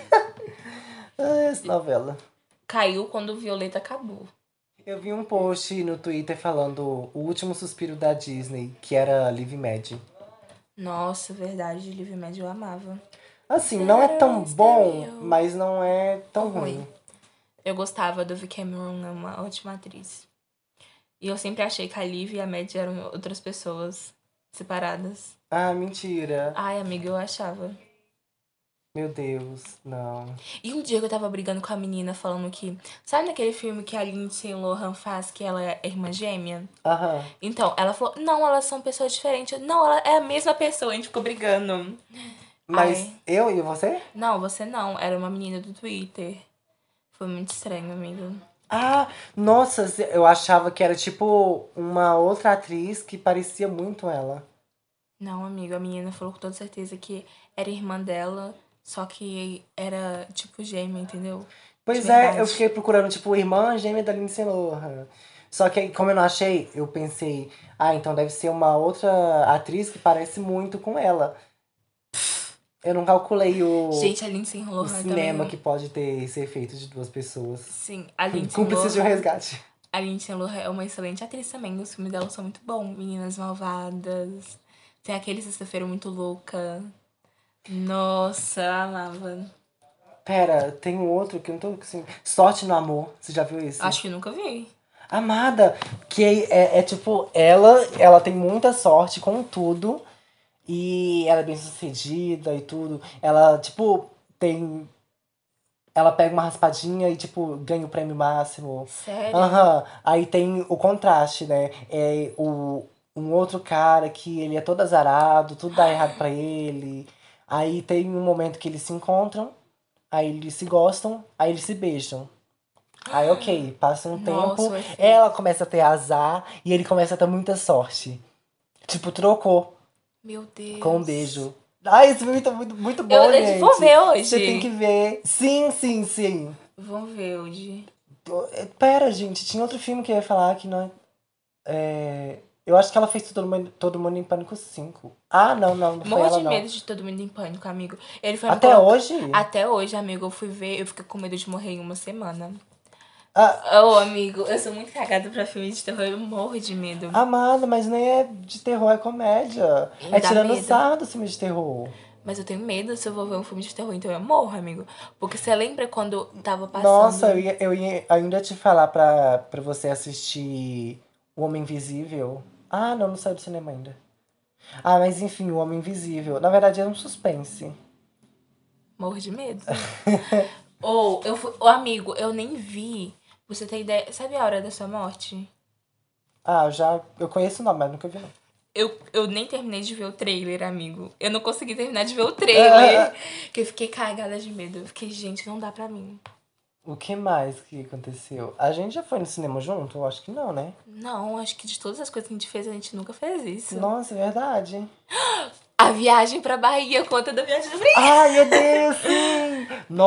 Essa novela. Caiu quando o Violeta acabou. Eu vi um post no Twitter falando o último suspiro da Disney, que era Live Mad. Nossa, verdade, Live Mad eu amava. Assim, não é tão bom, mas não é tão ruim. Eu gostava do Vicky Cameron, é uma ótima atriz. E eu sempre achei que a Liv e a Mad eram outras pessoas separadas. Ah, mentira. Ai, amiga, eu achava. Meu Deus, não. E um dia que eu tava brigando com a menina falando que... Sabe naquele filme que a Lindsay Lohan faz, que ela é irmã gêmea? Aham. Então, ela falou, não, elas são pessoas diferentes. Não, ela é a mesma pessoa, a gente ficou brigando. Mas eu e você? Não, você não. Era uma menina do Twitter. Foi muito estranho, amigo. Ah, nossa, eu achava que era tipo uma outra atriz que parecia muito ela. Não, amigo, a menina falou com toda certeza que era irmã dela, só que era tipo gêmea, entendeu? Pois De verdade. eu fiquei procurando, tipo, irmã gêmea da Lindsay Lohan. Só que como eu não achei, eu pensei, então deve ser uma outra atriz que parece muito com ela. Eu não calculei Gente, a Lindsay Lohan o cinema também... que pode ter esse efeito de duas pessoas. Sim, a Lindsay Cúmplices de um Lohan... resgate. A Lindsay Lohan é uma excelente atriz também. Os filmes dela são muito bons. Meninas Malvadas, Tem aquele Sexta-feira Muito Louca. Nossa, eu amava. Pera, tem um outro que eu não tô assim. Sorte no Amor. Você já viu esse? Acho que nunca vi. Amada, que é tipo, ela tem muita sorte com tudo. E ela é bem sucedida e tudo. Ela, tipo, tem. Ela pega uma raspadinha e, tipo, ganha o prêmio máximo. Sério? Aham. Aí tem o contraste, né? Um outro cara que ele é todo azarado, tudo dá errado pra ele. Aí tem um momento que eles se encontram, aí eles se gostam, aí eles se beijam. Aí, ok, passa um Nossa, tempo, o efeito. ela começa a ter azar e ele começa a ter muita sorte. Tipo, trocou Meu com um Deus. beijo. Ai, esse filme tá muito bom, Eu vou gente. ver Você tem que hoje. ver. Sim, sim, sim. Vamos ver hoje. Pera, gente, tinha outro filme que eu ia falar que não é. Eu acho que ela fez Todo Mundo em Pânico 5. Ah, não foi Morro ela, de não. medo de Todo Mundo em Pânico, amigo. Ele foi me Até colocar. hoje? Até hoje, amigo, eu fui ver, eu fiquei com medo de morrer em uma semana. Ah, Ô, amigo, eu sou muito cagada pra filme de terror, eu morro de medo. amada, mas nem é de terror, é comédia. Me É dá tirando medo. sarro do filme de terror. Mas eu tenho medo se eu vou ver um filme de terror, então eu morro, amigo. Porque você lembra quando tava Nossa, passando. eu ia ainda te falar pra você assistir O Homem Invisível. Ah, não saiu do cinema ainda. Ah, mas enfim, O Homem Invisível. Na verdade é um suspense. Morro de medo. Ou, eu fui. Ô, amigo, eu nem vi. Você tem ideia. Sabe a hora da sua morte? Ah, eu conheço o nome, mas nunca vi não. Eu nem terminei de ver o trailer, amigo. Eu não consegui terminar de ver o trailer. Que eu fiquei cagada de medo. Eu fiquei, gente, não dá pra mim. O que mais que aconteceu? A gente já foi no cinema junto? Eu acho que não, né? Não, acho que de todas as coisas que a gente fez, a gente nunca fez isso. Nossa, é verdade. A viagem pra Bahia, conta da viagem do Bahia. Ai, meu Deus, sim!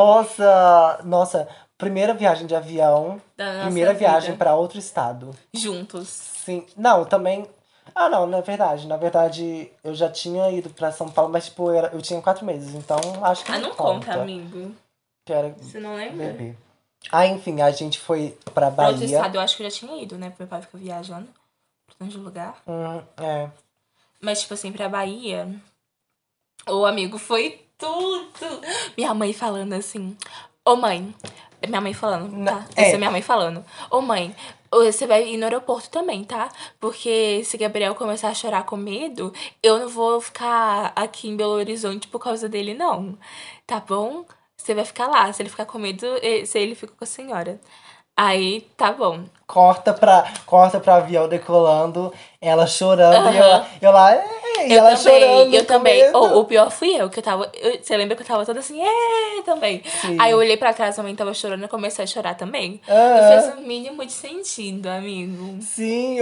Nossa, primeira viagem de avião, Da nossa primeira viagem vida. pra outro estado. Juntos. Sim, não, também. Ah, não, na verdade. Na verdade, eu já tinha ido pra São Paulo, mas, tipo, eu tinha 4 meses, então acho que Ah, não não conta, conta. amigo. Que era Você não lembra? bebê. Ah, enfim, a gente foi pra Pra outro Bahia. estado, eu acho que eu já tinha ido, né? Porque meu pai fica viajando pra tanto de lugar. É. Mas, tipo assim, pra Bahia, o amigo foi tudo. Minha mãe falando assim, ô mãe. Minha mãe falando, tá? Essa é É, minha mãe falando. Ô mãe, você vai ir no aeroporto também, tá? Porque se Gabriel começar a chorar com medo, eu não vou ficar aqui em Belo Horizonte por causa dele, não. Tá bom? Você vai ficar lá. Se ele ficar com medo, se ele fica com a senhora. Aí, tá bom. corta pra avião decolando, ela chorando Aham. eu lá, e ela chorando Eu com também. O medo. pior fui eu, que eu tava. Você lembra que eu tava toda assim, também. Aí eu Sim. olhei pra trás, também tava chorando e comecei a chorar também. Não fez Ah, o mínimo de sentido, amigo. sim,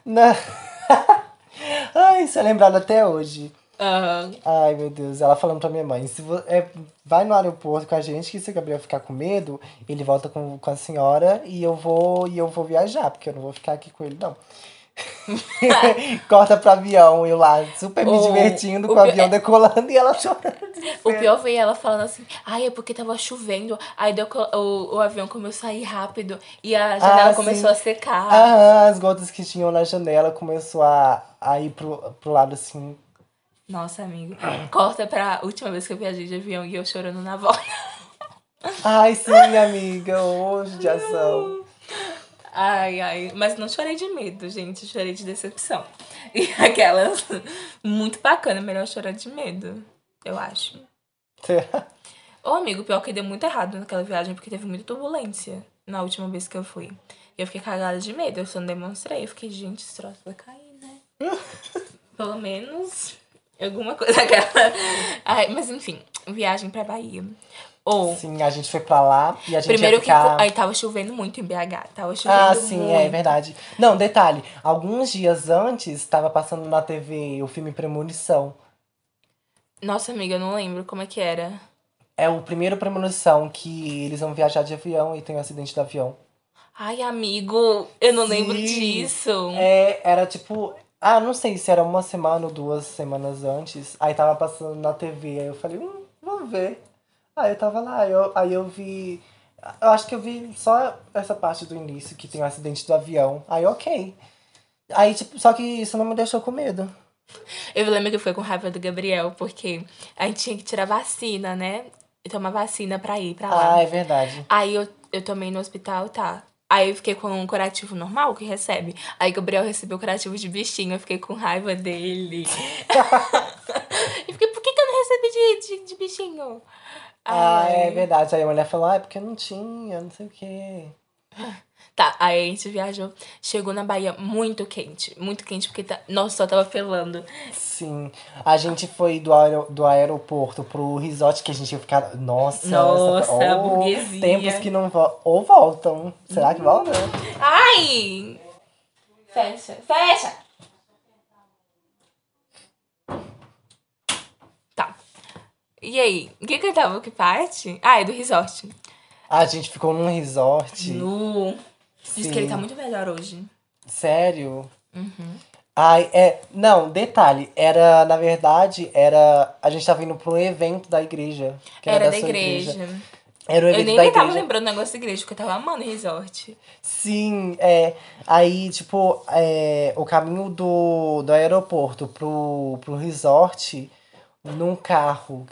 Ai, isso é lembrado até hoje. Aham. Ai, meu Deus, ela falando pra minha mãe, vai no aeroporto com a gente, que se o Gabriel ficar com medo, ele volta com a senhora e eu vou viajar, porque eu não vou ficar aqui com ele, não. Corta pro avião, eu lá, super me O, divertindo o, com o pi- avião decolando e ela chorando de o desespero. pior foi ela falando assim, ai, é porque tava chovendo. Aí o avião começou a ir rápido e a janela Ah, começou sim. a secar. Aham, as gotas que tinham na janela começou a ir pro lado assim. Nossa, amigo. Corta pra última vez que eu viajei de avião e eu chorando na volta. Ai, sim, amiga, hoje de ação. Ai, ai. Mas não chorei de medo, gente. Chorei de decepção. E aquelas. Muito bacana. Melhor chorar de medo, eu acho. Ô, amigo, pior que deu muito errado naquela viagem, porque teve muita turbulência na última vez que eu fui. E eu fiquei cagada de medo. Eu só não demonstrei. Eu fiquei, gente, esse troço vai cair, né? Pelo menos alguma coisa aquela. Ai, mas enfim, viagem pra Bahia. Ou, Sim, a gente foi pra lá e a gente ia primeiro que. ficar. Aí tava chovendo muito em BH. Tava Ah, chovendo sim, é muito. verdade. Não, detalhe, alguns dias antes estava passando na TV o filme Premonição. Nossa, amiga, eu não lembro como é que era. É o primeiro Premonição que eles vão viajar de avião e tem um acidente do avião. Ai, amigo, eu não lembro Sim, disso. era tipo. Ah, não sei se era uma semana ou 2 semanas antes. Aí tava passando na TV. Aí eu falei, vamos ver. Aí eu tava lá, aí eu vi. Eu acho que eu vi só essa parte do início que tem o acidente do avião. Aí, ok. Aí, tipo, só que isso não me deixou com medo. Eu lembro que foi com raiva do Gabriel, porque a gente tinha que tirar vacina, né? E tomar vacina pra ir pra lá. Ah, é verdade. Aí eu tomei no hospital, tá. Aí eu fiquei com um curativo normal que recebe. Aí Gabriel recebeu curativo de bichinho, eu fiquei com raiva dele. E fiquei, por que eu não recebi de bichinho? Ai, Ah, é ai. verdade. Aí a mulher falou, ah, é porque não tinha, não sei o quê. Tá, aí a gente viajou. Chegou na Bahia muito quente, porque nossa, só tava pelando. Sim. A gente foi do aeroporto pro resort que a gente ia ficar. Nossa, essa foi. Nossa, Oh, tempos que burguesia. não ou voltam. Será que volta? Ai! Fecha, fecha! Tá. E aí? O que tava? Que parte? Ah, é do resort. A gente ficou num resort. Nu. Diz que ele tá Sim. muito melhor hoje. Sério? Ai, é. Não, detalhe. Era, na verdade, era. A gente tava indo pra um evento da igreja. Que era Era da da sua igreja. igreja. Era o Eu evento nem da tava igreja. lembrando do negócio da igreja, porque eu tava amando o resort. Sim, é. Aí, tipo, o caminho do aeroporto pro resort, num carro,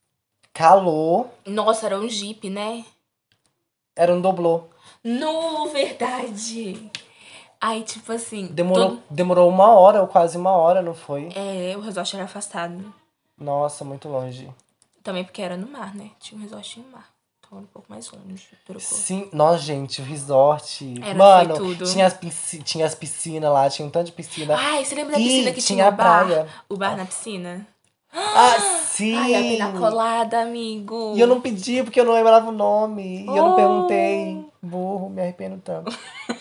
calor, Nossa, era um jeep, né? era um doblô. No, verdade. Aí, tipo assim, Demorou 1 hora ou quase 1 hora, não foi? o resort era afastado. Nossa, muito longe. Também porque era no mar, né? Tinha um resort no mar. Então era um pouco mais longe do aeroporto. Sim, nossa, gente, o resort. Foi Mano, tudo. tinha as piscinas lá, tinha um tanto de piscina. Ai, você lembra da piscina E que tinha tinha o a bar? praia. O bar na piscina? Ah, Ai, a pina sim! colada, E eu amigo. não pedi porque eu não lembrava o nome. E eu não perguntei. Oh! Burro, me arrependo tanto.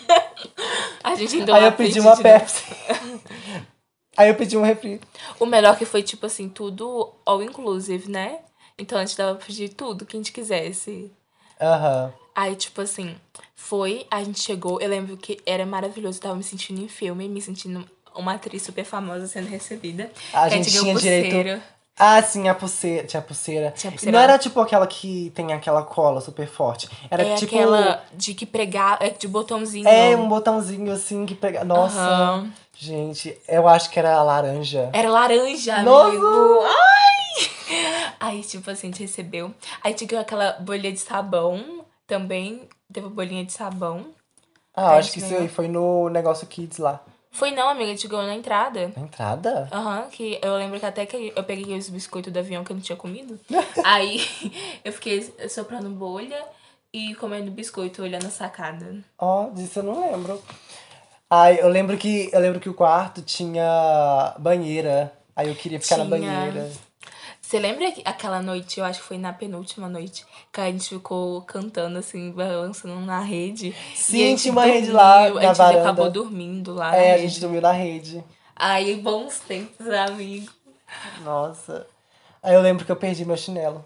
A gente indo Aí lá eu pedi pedir uma de novo. Pepsi. Aí eu pedi um refri. O melhor que foi, tipo assim, tudo all inclusive, né? Então a gente dava pra pedir tudo que a gente quisesse. Aham. Aí, tipo assim, a gente chegou, eu lembro que era maravilhoso, eu tava me sentindo em filme, me sentindo uma atriz super famosa sendo recebida. A Que a gente gente ganhou tinha direito. pulseira. Ah, sim, a pulseira. Tinha pulseira. Tinha E não pulseira. era tipo aquela que tem aquela cola super forte. Era É tipo. aquela de que pregar, é de É um botãozinho. botãozinho assim que pega. Nossa, Aham. gente, eu acho que era a laranja. Era laranja, amigo. Nossa! Aí, tipo assim, a gente recebeu. Aí tinha ganhou aquela bolha de sabão também. Teve bolinha de sabão. Ah, Aí a acho gente que isso ganhou. aí foi no negócio Kids lá. Foi não, amiga, a gente ganhou na entrada. Na entrada? Aham, que eu lembro que até que eu peguei os biscoitos do avião que eu não tinha comido. Aí eu fiquei soprando bolha e comendo biscoito, olhando a sacada. Ó, disso eu não lembro. Ai, eu lembro que o quarto tinha banheira. Aí eu queria ficar na Tinha. banheira. Você lembra aquela noite, eu acho que foi na penúltima noite, que a gente ficou cantando assim, balançando na rede. E a Sim, gente tinha uma rede lá dormiu, a na gente acabou varanda. dormindo lá na É, a gente rede. dormiu na rede. Aí, bons tempos, amigo. Nossa. Aí eu lembro que eu perdi meu chinelo.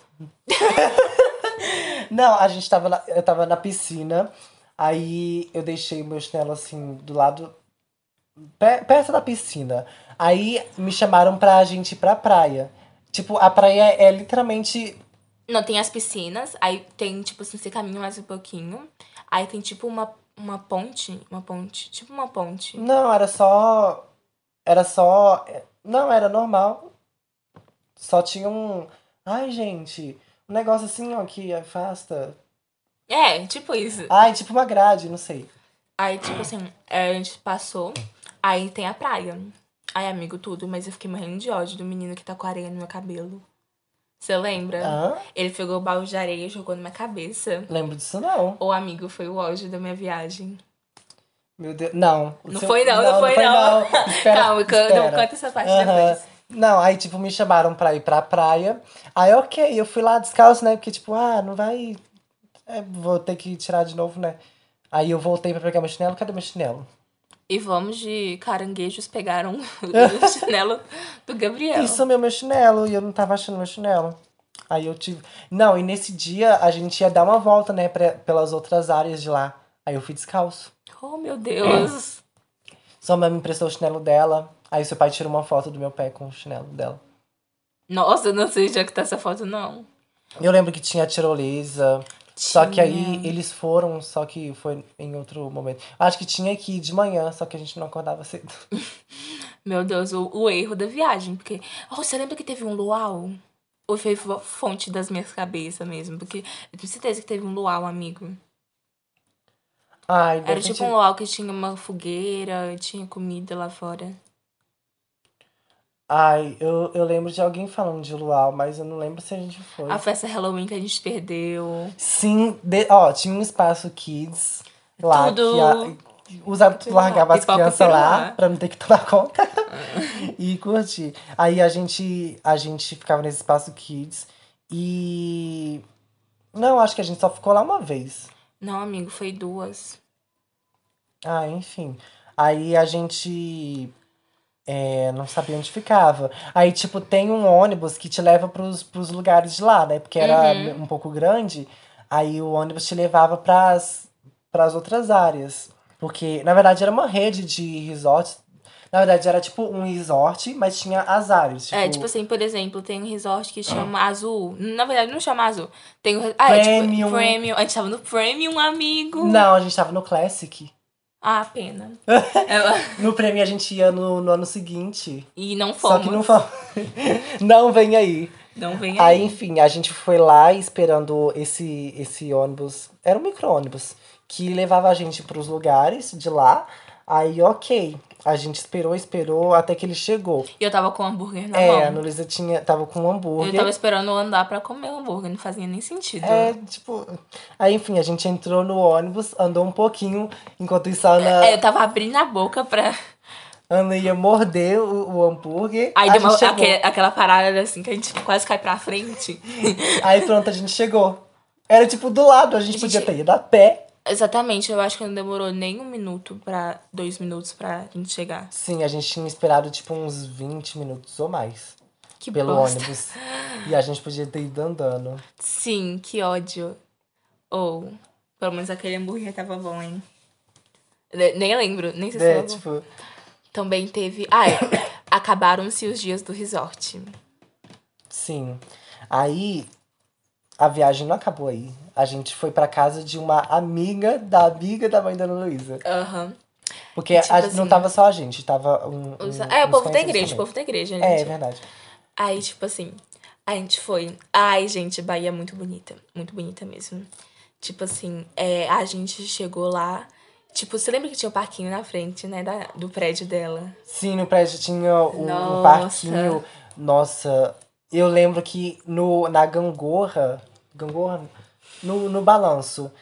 Não, eu tava na piscina. Aí eu deixei o meu chinelo assim do lado, perto da piscina. Aí me chamaram pra gente ir pra praia. Tipo, a praia é literalmente. Não, tem as piscinas, aí tem, tipo assim, você caminha mais um pouquinho. Aí tem, tipo, uma ponte, tipo uma ponte. Não, era só. Era só. Não, era normal. Só tinha um. Ai, gente. Um negócio assim, ó, que afasta. É, tipo isso. Ai, tipo uma grade, não sei. Aí, tipo assim, a gente passou, aí tem a praia. Aí, amigo, tudo, mas eu fiquei morrendo de ódio do menino que tá com areia no meu cabelo. Você lembra? Hã? Ele pegou o balde de areia e jogou na minha cabeça. Lembro disso não. Ô, amigo, foi o ódio da minha viagem. Meu Deus. Não. Não foi não, não Não, não foi foi não. não. Espera, Calma, não, espera. conta essa parte Aham. depois. Não, aí, tipo, me chamaram pra ir pra praia. Aí, ok, eu fui lá descalço, né? Porque, tipo, não vai. Vou ter que tirar de novo, né? Aí eu voltei pra pegar meu chinelo. Cadê meu chinelo? E vamos de caranguejos pegaram o chinelo do Gabriel. E sumiu meu chinelo. E eu não tava achando meu chinelo. Aí eu tive. Não, e nesse dia a gente ia dar uma volta, né? Pelas outras áreas de lá. Aí eu fui descalço. Oh, meu Deus. Sua mãe me emprestou o chinelo dela. Aí seu pai tirou uma foto do meu pé com o chinelo dela. Nossa, eu não sei onde é que tá essa foto, não. Eu lembro que tinha a tirolesa. Só que aí Tinha. eles foram, só que foi em outro momento. Acho que tinha que ir de manhã, só que a gente não acordava cedo. Meu Deus, o erro da viagem. Porque. Oh, você lembra que teve um luau? Ou foi fonte das minhas cabeças mesmo? Porque eu tenho certeza que teve um luau, amigo. Ai, Era deve ter tipo um tido. luau que tinha uma fogueira, tinha comida lá fora. Ai, eu lembro de alguém falando de luau, mas eu não lembro se a gente A foi. festa Halloween que a gente perdeu. Sim, ó, tinha um espaço kids lá que Tudo. os Que adultos tudo lá. largavam as Pipoca crianças lá lá. pra não ter que tomar conta e curtir. Aí a gente ficava nesse espaço kids e. Não, acho que a gente só ficou lá uma vez. Não, amigo, foi duas. Ah, enfim. Aí a gente não sabia onde ficava. Aí, tipo, tem um ônibus que te leva pros lugares de lá, né? Porque era Uhum. um pouco grande. Aí o ônibus te levava pras outras áreas. Porque, na verdade, era uma rede de resorts. Na verdade, era tipo um resort, mas tinha as áreas. É, tipo Tipo, assim, por exemplo, tem um resort que chama Azul. Na verdade, não chama Azul. Tem o. Ah, é tipo Premium. Premium. A gente tava no Premium, amigo. Não, a gente tava no Classic. Ah, pena. Ela... No Premium a gente ia no ano seguinte. E não Só que não fomos. foi. Não vem aí. Não vem Aí, aí. enfim, a gente foi lá esperando esse ônibus. Era um micro-ônibus que levava a gente pros lugares de lá. Aí, ok. A gente esperou até que ele chegou. E eu tava com o hambúrguer na É, a mão. Anulisa tava com um Eu tava hambúrguer. esperando eu andar pra comer o hambúrguer. Não fazia nem sentido. É, tipo. Aí, enfim, a gente entrou no ônibus, andou um pouquinho, enquanto isso a É, eu Ana, tava abrindo a boca pra. Ana ia morder o hambúrguer. Aí A deu gente chegou. aquela parada assim que a gente quase cai pra frente. Aí pronto, a gente chegou. Era tipo do lado, a gente podia ter Gente, ido a pé. exatamente, eu acho que não demorou nem 1 minuto pra 2 minutos pra gente chegar. Sim, a gente tinha esperado tipo uns 20 minutos ou mais Que pelo bosta. ônibus. E a gente podia ter ido andando. Sim, que ódio. Ou, pelo menos aquele hambúrguer tava bom, hein? Nem lembro, nem sei se É, tava bom. tipo, Também teve. Ah, é. Acabaram-se os dias do resort. sim. Aí a viagem não acabou aí. A gente foi pra casa de uma amiga da mãe da Ana Luísa. Aham. Porque E tipo não assim. tava só a gente, tava É, o uns povo da conhecidos igreja, o também. povo da igreja, É, é gente. verdade. Aí, tipo assim, a gente foi. Ai, gente, Bahia é muito bonita. Muito bonita mesmo. Tipo assim, a gente chegou lá. Tipo, você lembra que tinha um parquinho na frente, né, do prédio dela? Sim, no prédio tinha um Nossa. parquinho. Nossa, eu lembro que na gangorra. Gangorra? No balanço.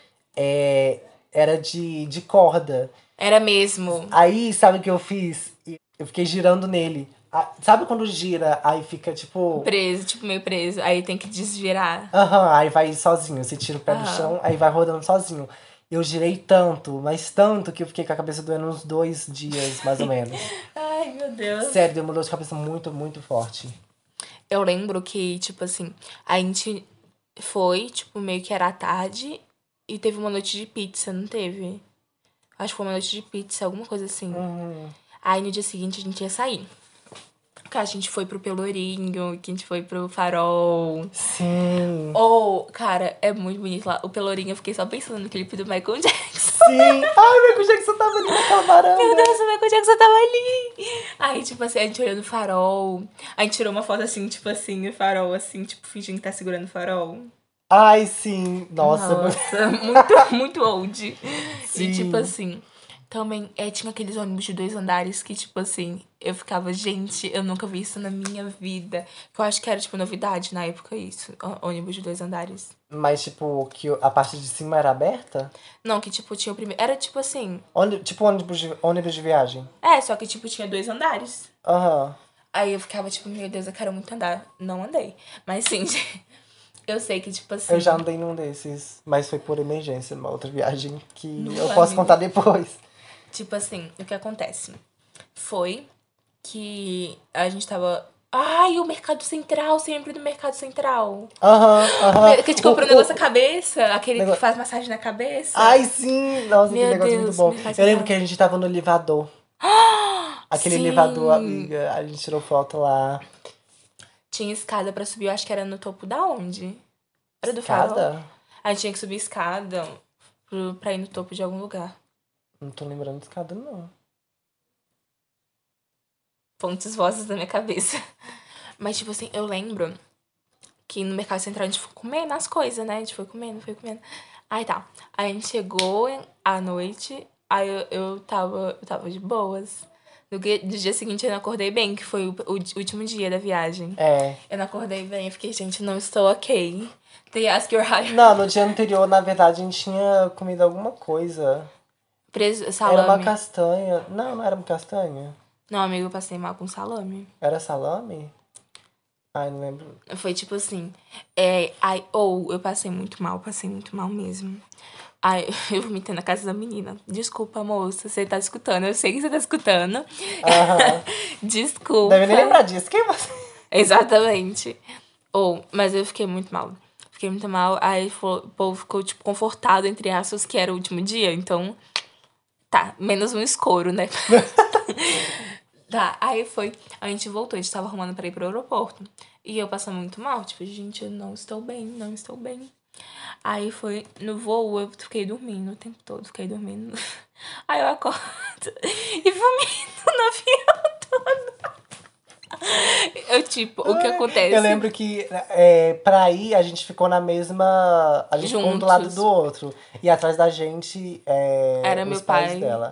É, era de corda. Era mesmo. Aí, sabe o que eu fiz? Eu fiquei girando nele. Sabe quando gira, aí fica tipo. Preso, tipo, meio preso. Aí tem que desvirar. Aham, aí vai sozinho. Você tira o pé do Aham. chão, aí vai rodando sozinho. Eu girei tanto, mas tanto que eu fiquei com a cabeça doendo uns 2 dias, mais ou menos. Ai, meu Deus. Sério, deu uma dor de cabeça muito, muito forte. Eu lembro que, tipo assim, a gente foi, tipo, meio que era à tarde e teve uma noite de pizza, não teve? Acho que foi uma noite de pizza, alguma coisa assim. Aí no dia seguinte a gente ia sair. Que a gente foi pro Pelourinho, que a gente foi pro Farol. Sim. Ou, cara, é muito bonito lá. O Pelourinho, eu fiquei só pensando no clipe do Michael Jackson. Sim. Ai, meu Jackson tava ali naquela varanda. Meu Deus, o Michael Jackson tava ali. Aí, tipo assim, a gente olhando o farol. A gente tirou uma foto assim, tipo assim, no farol, assim, tipo, fingindo que tá segurando o farol. Ai, sim. Nossa, Nossa, muito, muito old. E tipo sim. assim, também tinha aqueles ônibus de 2 andares que, tipo assim, eu ficava, gente, eu nunca vi isso na minha vida. Que eu acho que era, tipo, novidade na época isso. Ônibus de 2 andares. Mas, tipo, que a parte de cima era aberta? Não, que tipo, tinha o primeiro. Era tipo assim. Tipo ônibus de viagem. Só que tipo, tinha 2 andares. Aham. Aí eu ficava, tipo, meu Deus, eu quero muito andar. Não andei. Mas sim, eu sei que, tipo Eu assim. já andei num desses, mas foi por emergência, numa outra viagem que Não, eu posso amigo. contar depois. Tipo assim, o que acontece? Foi que a gente tava. Ai, o Mercado Central, sempre do Mercado Central. Aham, aham. Que a gente comprou um negócio na cabeça, aquele que Negócio- faz massagem na cabeça. Ai, sim! Nossa, aquele Meu negócio é muito Deus, bom. Mercado Eu lembro Central. que a gente tava no elevador. Aquele elevador, Sim! amiga. A gente tirou foto lá. Tinha escada pra subir, eu acho que era no topo da onde? Era do farol? Escada? A gente tinha que subir escada pra ir no topo de algum lugar. Não tô lembrando de escada, não. Fontes vozes da minha cabeça. Mas, tipo assim, eu lembro que no Mercado Central a gente foi comendo as coisas, né? A gente foi comendo. Aí tá. Aí a gente chegou à noite, aí eu tava de boas. No dia seguinte eu não acordei bem, que foi o último dia da viagem. É. Eu não acordei bem, eu fiquei, gente, não estou ok. They ask your higher. Não, no dia anterior, na verdade, a gente tinha comido alguma coisa. Era uma Salame. castanha. Não, não era uma castanha. Não, amigo, eu passei mal com salame. Era salame? Ai, não lembro. Foi tipo assim. Eu passei muito mal mesmo. Aí eu vomitei na casa da menina. Desculpa, moça, você tá escutando. Eu sei que você tá escutando. Aham. Desculpa. Deve nem lembrar disso. Quem você? Exatamente. Mas eu fiquei muito mal. Fiquei muito mal. Aí o povo ficou, tipo, confortado, entre aspas, que era o último dia. Então, tá, menos um escoro, né? Tá, aí foi. A gente voltou, a gente tava arrumando pra ir pro aeroporto. E eu passando muito mal, tipo, gente, eu não estou bem, não estou bem. Aí foi, no voo, eu fiquei dormindo o tempo todo, fiquei dormindo. Aí eu acordo e vomito no avião todo. Eu, tipo, o que acontece? Eu lembro que pra ir a gente ficou na mesma. A gente ficou um do lado Juntos. do outro. E atrás da gente, Era os meu pais pai. dela.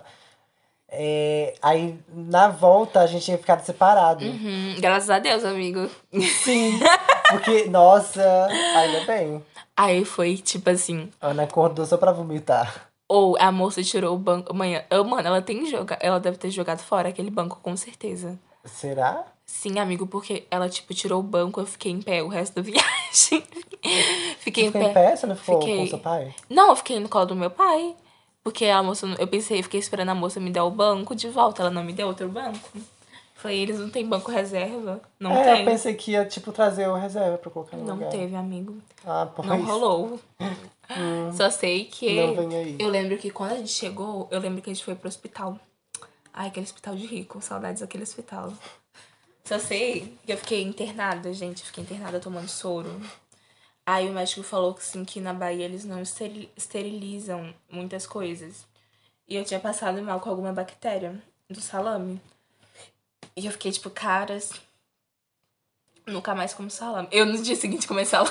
Aí na volta a gente tinha ficado separado. Graças a Deus, amigo. Sim, porque, nossa, ainda bem. Aí foi, tipo assim, Ana acordou só pra vomitar. ou a moça tirou o banco. Mano, ela deve ter jogado fora aquele banco, com certeza. Será? Sim, amigo, porque ela, tipo, tirou o banco, eu fiquei em pé o resto da viagem. Você Fiquei em ficou em pé. pé? Você não ficou com seu Fiquei. pai? Não, eu fiquei no colo do meu pai. Porque a moça. Eu fiquei esperando a moça me dar o banco de volta. Ela não me deu outro banco. Falei, eles não têm banco reserva? Não Eu tem. pensei que ia, tipo, trazer o reserva pra colocar no Não lugar. teve, amigo. Ah, pois. Não rolou. Só sei Não que. vem aí. Eu lembro que quando a gente chegou, eu lembro que a gente foi pro hospital. Ai, aquele hospital de rico. Saudades daquele hospital. Só sei que eu fiquei internada, gente. Fiquei internada tomando soro. Aí o médico falou que, assim, que na Bahia eles não esterilizam muitas coisas. E eu tinha passado mal com alguma bactéria do salame. E eu fiquei tipo, caras, nunca mais como salame. Eu no dia seguinte comecei salame.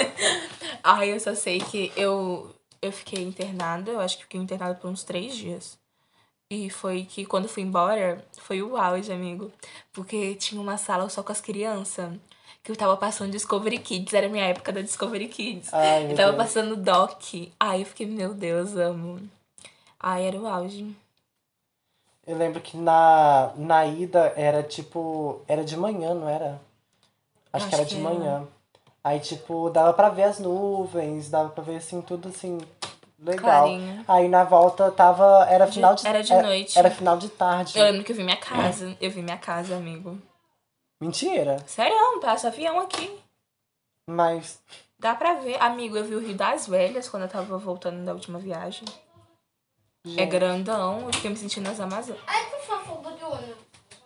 Aí eu só sei que eu fiquei internada. Eu acho que fiquei internada por uns 3 dias. E foi que quando eu fui embora, foi o auge, amigo. Porque tinha uma sala só com as crianças. Que eu tava passando Discovery Kids. Era a minha época da Discovery Kids. Ai, Eu meu tava Deus. passando Doc. Aí eu fiquei, meu Deus, amo. Aí era o auge. Eu lembro que na ida era tipo. Era de manhã, não era? Acho que era de manhã. Aí, tipo, dava pra ver as nuvens, dava pra ver assim, tudo assim, legal. Clarinho. Aí na volta tava. Era final de. Era de noite. Era final de tarde. Eu lembro que eu vi minha casa. Eu vi minha casa, amigo. Mentira. Sério, passa avião aqui. Mas. Dá pra ver. Amigo, eu vi o Rio das Velhas quando eu tava voltando da última viagem. É Gente, grandão. Eu fiquei me sentindo nas Amazonas. Ai, por favor, Bruno.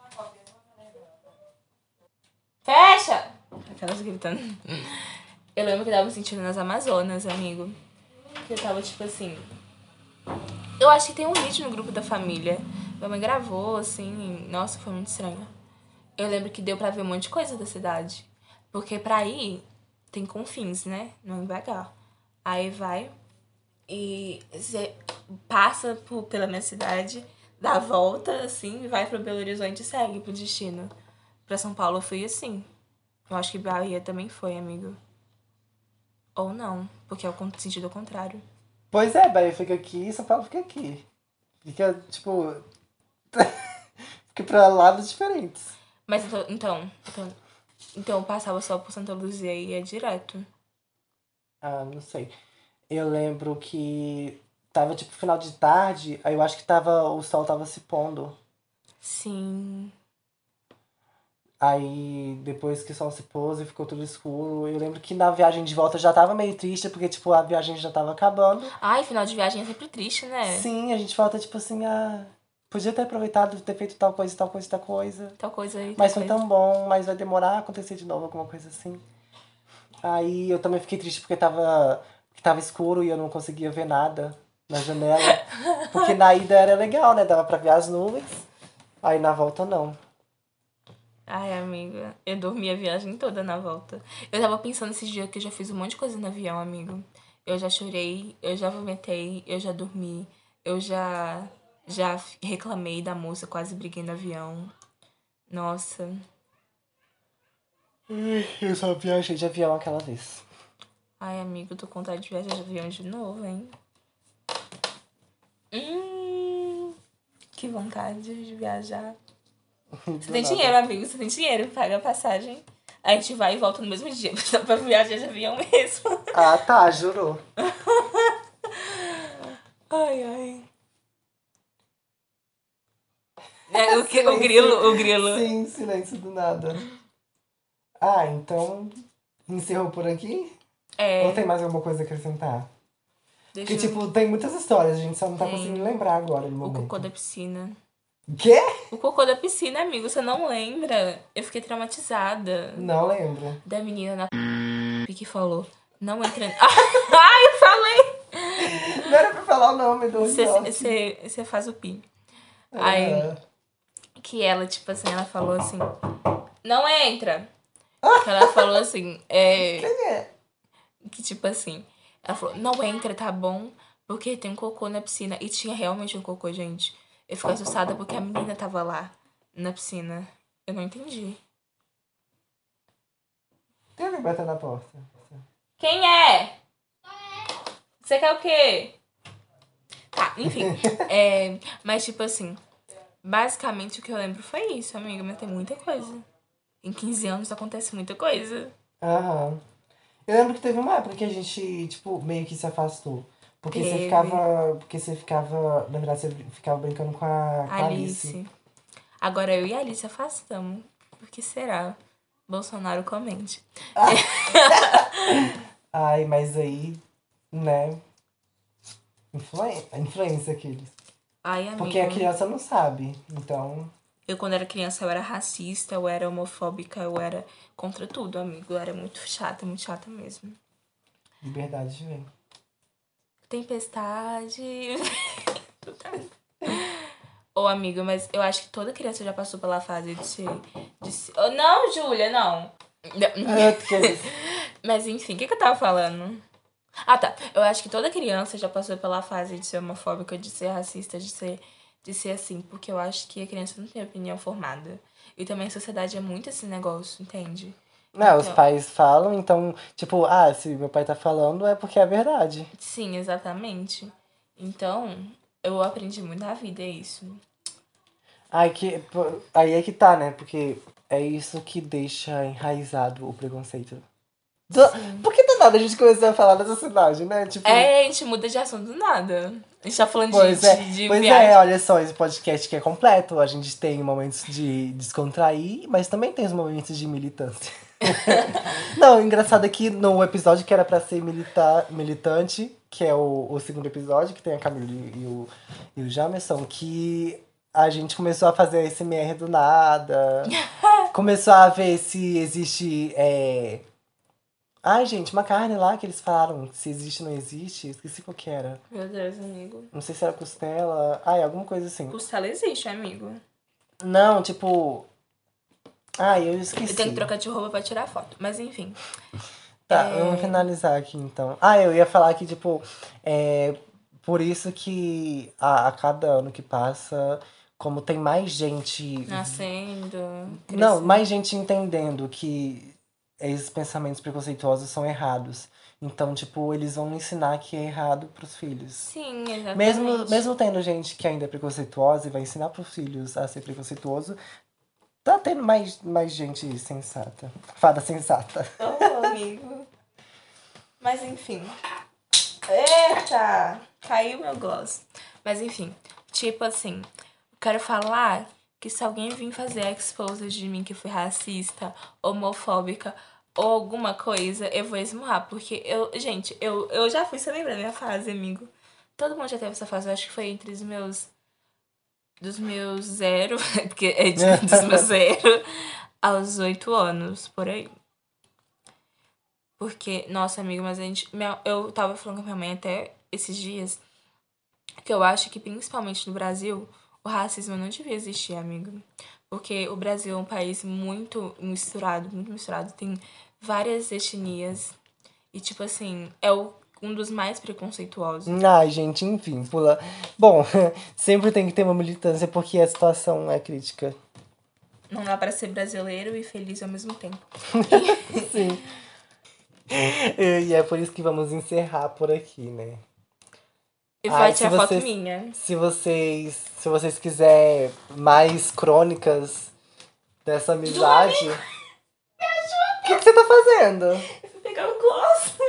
Fecha! Aquelas gritando. Eu lembro que eu tava me sentindo nas Amazonas, amigo. Que eu tava tipo assim. Eu acho que tem um vídeo no grupo da família. Minha mãe gravou, assim. Nossa, foi muito estranho. Eu lembro que deu pra ver um monte de coisa da cidade. Porque pra ir tem Confins, né? No BH. Aí vai e você passa pela minha cidade, dá a volta, assim, vai pro Belo Horizonte e segue pro destino. Pra São Paulo eu fui assim. Eu acho que Bahia também foi, amigo. Ou não, porque é o sentido contrário. pois é, Bahia fica aqui e São Paulo fica aqui. Fica, tipo. Fica pra lados diferentes. Mas então eu passava só por Santa Luzia e ia direto. Ah, não sei. Eu lembro que tava tipo final de tarde, aí eu acho que o sol tava se pondo. Sim. Aí depois que o sol se pôs e ficou tudo escuro, eu lembro que na viagem de volta eu já tava meio triste, porque tipo, a viagem já tava acabando. Ai, final de viagem é sempre triste, né? Sim, a gente volta tipo assim, podia ter aproveitado, ter feito tal coisa, tal coisa, tal coisa. Tal coisa aí. Mas foi tão bom, mas vai demorar a acontecer de novo, alguma coisa assim. Aí eu também fiquei triste porque tava escuro e eu não conseguia ver nada na janela. Porque na ida era legal, né? Dava pra ver as nuvens. Aí na volta não. Ai, amiga, eu dormi a viagem toda na volta. Eu tava pensando esses dias que eu já fiz um monte de coisa no avião, amigo. Eu já chorei, eu já vomitei, eu já dormi, eu já reclamei da moça, quase briguei no avião. Nossa. Eu só viajei de avião aquela vez. Ai, amigo, tô com vontade de viajar de avião de novo, hein? Que vontade de viajar. Você tem dinheiro, amigo, você tem dinheiro, paga a passagem. A gente vai e volta no mesmo dia, só pra viajar de avião mesmo. Ah, tá, jurou. Ai, ai. Silêncio. O grilo. Sim, silêncio do nada. Ah, então encerrou por aqui? Ou tem mais alguma coisa a acrescentar? Deixa Porque, eu... tipo, tem muitas histórias, a gente só não tá Tem. conseguindo lembrar agora no O momento. cocô da piscina. Quê? O cocô da piscina, amigo, você não lembra? Eu fiquei traumatizada. Não lembro. Da menina na que falou, não entra... Ai, eu falei! Não era pra falar o nome do resort. Você faz o pi. Aí, que ela, tipo assim, ela falou assim, não entra. Que ela falou assim, Quem é? que tipo assim, ela falou, não entra, tá bom? Porque tem um cocô na piscina. E tinha realmente um cocô, gente. Eu fiquei assustada porque a menina tava lá, na piscina. Eu não entendi. Tem alguém batendo na porta. Quem é? Você quer o quê? Tá, enfim. Mas tipo assim, basicamente o que eu lembro foi isso, amiga. Mas tem muita coisa. Em 15 anos acontece muita coisa. Aham. Eu lembro que teve uma época que a gente, tipo, meio que se afastou. Porque você Teve. ficava. Porque você ficava. Na verdade, você ficava brincando com a Alice. Agora eu e a Alice afastamos. Por que será? Bolsonaro comente. Ai, mas aí, né? Influência aqueles. Ai, amigo. Porque a criança não sabe. Então. Eu, quando era criança, eu era racista, eu era homofóbica, eu era contra tudo, amigo. Eu era muito chata mesmo. Liberdade vem. Tempestade. Ô, amigo, mas eu acho que toda criança já passou pela fase de ser. Oh, não, Júlia, não. Mas enfim, o que eu tava falando? Ah, tá. Eu acho que toda criança já passou pela fase de ser homofóbica, de ser racista, de ser assim. Porque eu acho que a criança não tem opinião formada. E também a sociedade é muito esse negócio, entende? Não, os pais falam, então, tipo, se meu pai tá falando é porque é verdade. Sim, exatamente. Então, eu aprendi muito na vida, é isso. Aí é que tá, né? Porque é isso que deixa enraizado o preconceito. Por que do nada a gente começou a falar dessa cidade, né? Tipo, a gente muda de assunto do nada. A gente tá falando pois de pois viagem. olha só, esse podcast que é completo. A gente tem momentos de descontrair, mas também tem os momentos de militância. Não, o engraçado é que no episódio que era pra ser militante, que é o segundo episódio, que tem a Camila e o Jamerson, que a gente começou a fazer ASMR do nada. Começou a ver se existe. Ai, gente, uma carne lá que eles falaram, se existe ou não existe, esqueci qual que era. Meu Deus, amigo. Não sei se era costela. Ai, alguma coisa assim. Costela existe, amigo. Não, tipo. Ai, eu esqueci. Eu tenho que trocar de roupa pra tirar foto. Mas enfim. Tá, vamos finalizar aqui então. Eu ia falar que, tipo, por isso que a cada ano que passa, como tem mais gente. Nascendo. Não, mais gente entendendo que esses pensamentos preconceituosos são errados. Então, tipo, eles vão ensinar que é errado pros filhos. Sim, exatamente. Mesmo tendo gente que ainda é preconceituosa e vai ensinar pros filhos a ser preconceituoso, tá tendo mais gente sensata. Fada sensata. Oh, amigo. Mas enfim. Eita! Caiu meu gloss. Mas enfim. Tipo assim. Quero falar que se alguém vir fazer a expose de mim que fui racista, homofóbica ou alguma coisa, eu vou esmurrar. Porque eu já fui, você lembra da minha fase, amigo? Todo mundo já teve essa fase, eu acho que foi entre os meus. Dos meus zero, porque dos meus zero aos 8 anos, por aí. Porque, nossa, amigo, mas eu tava falando com a minha mãe até esses dias que eu acho que, principalmente no Brasil, o racismo não devia existir, amigo. Porque o Brasil é um país muito misturado, tem várias etnias. E, tipo assim, um dos mais preconceituosos. Ai, gente, enfim, pula. Bom, sempre tem que ter uma militância porque a situação é crítica. Não dá pra ser brasileiro e feliz ao mesmo tempo. Sim. E é por isso que vamos encerrar por aqui, né? E vai Ai, se tirar foto vocês, minha. se vocês quiserem mais crônicas dessa amizade, o que você tá fazendo? Eu fui pegar o gloss.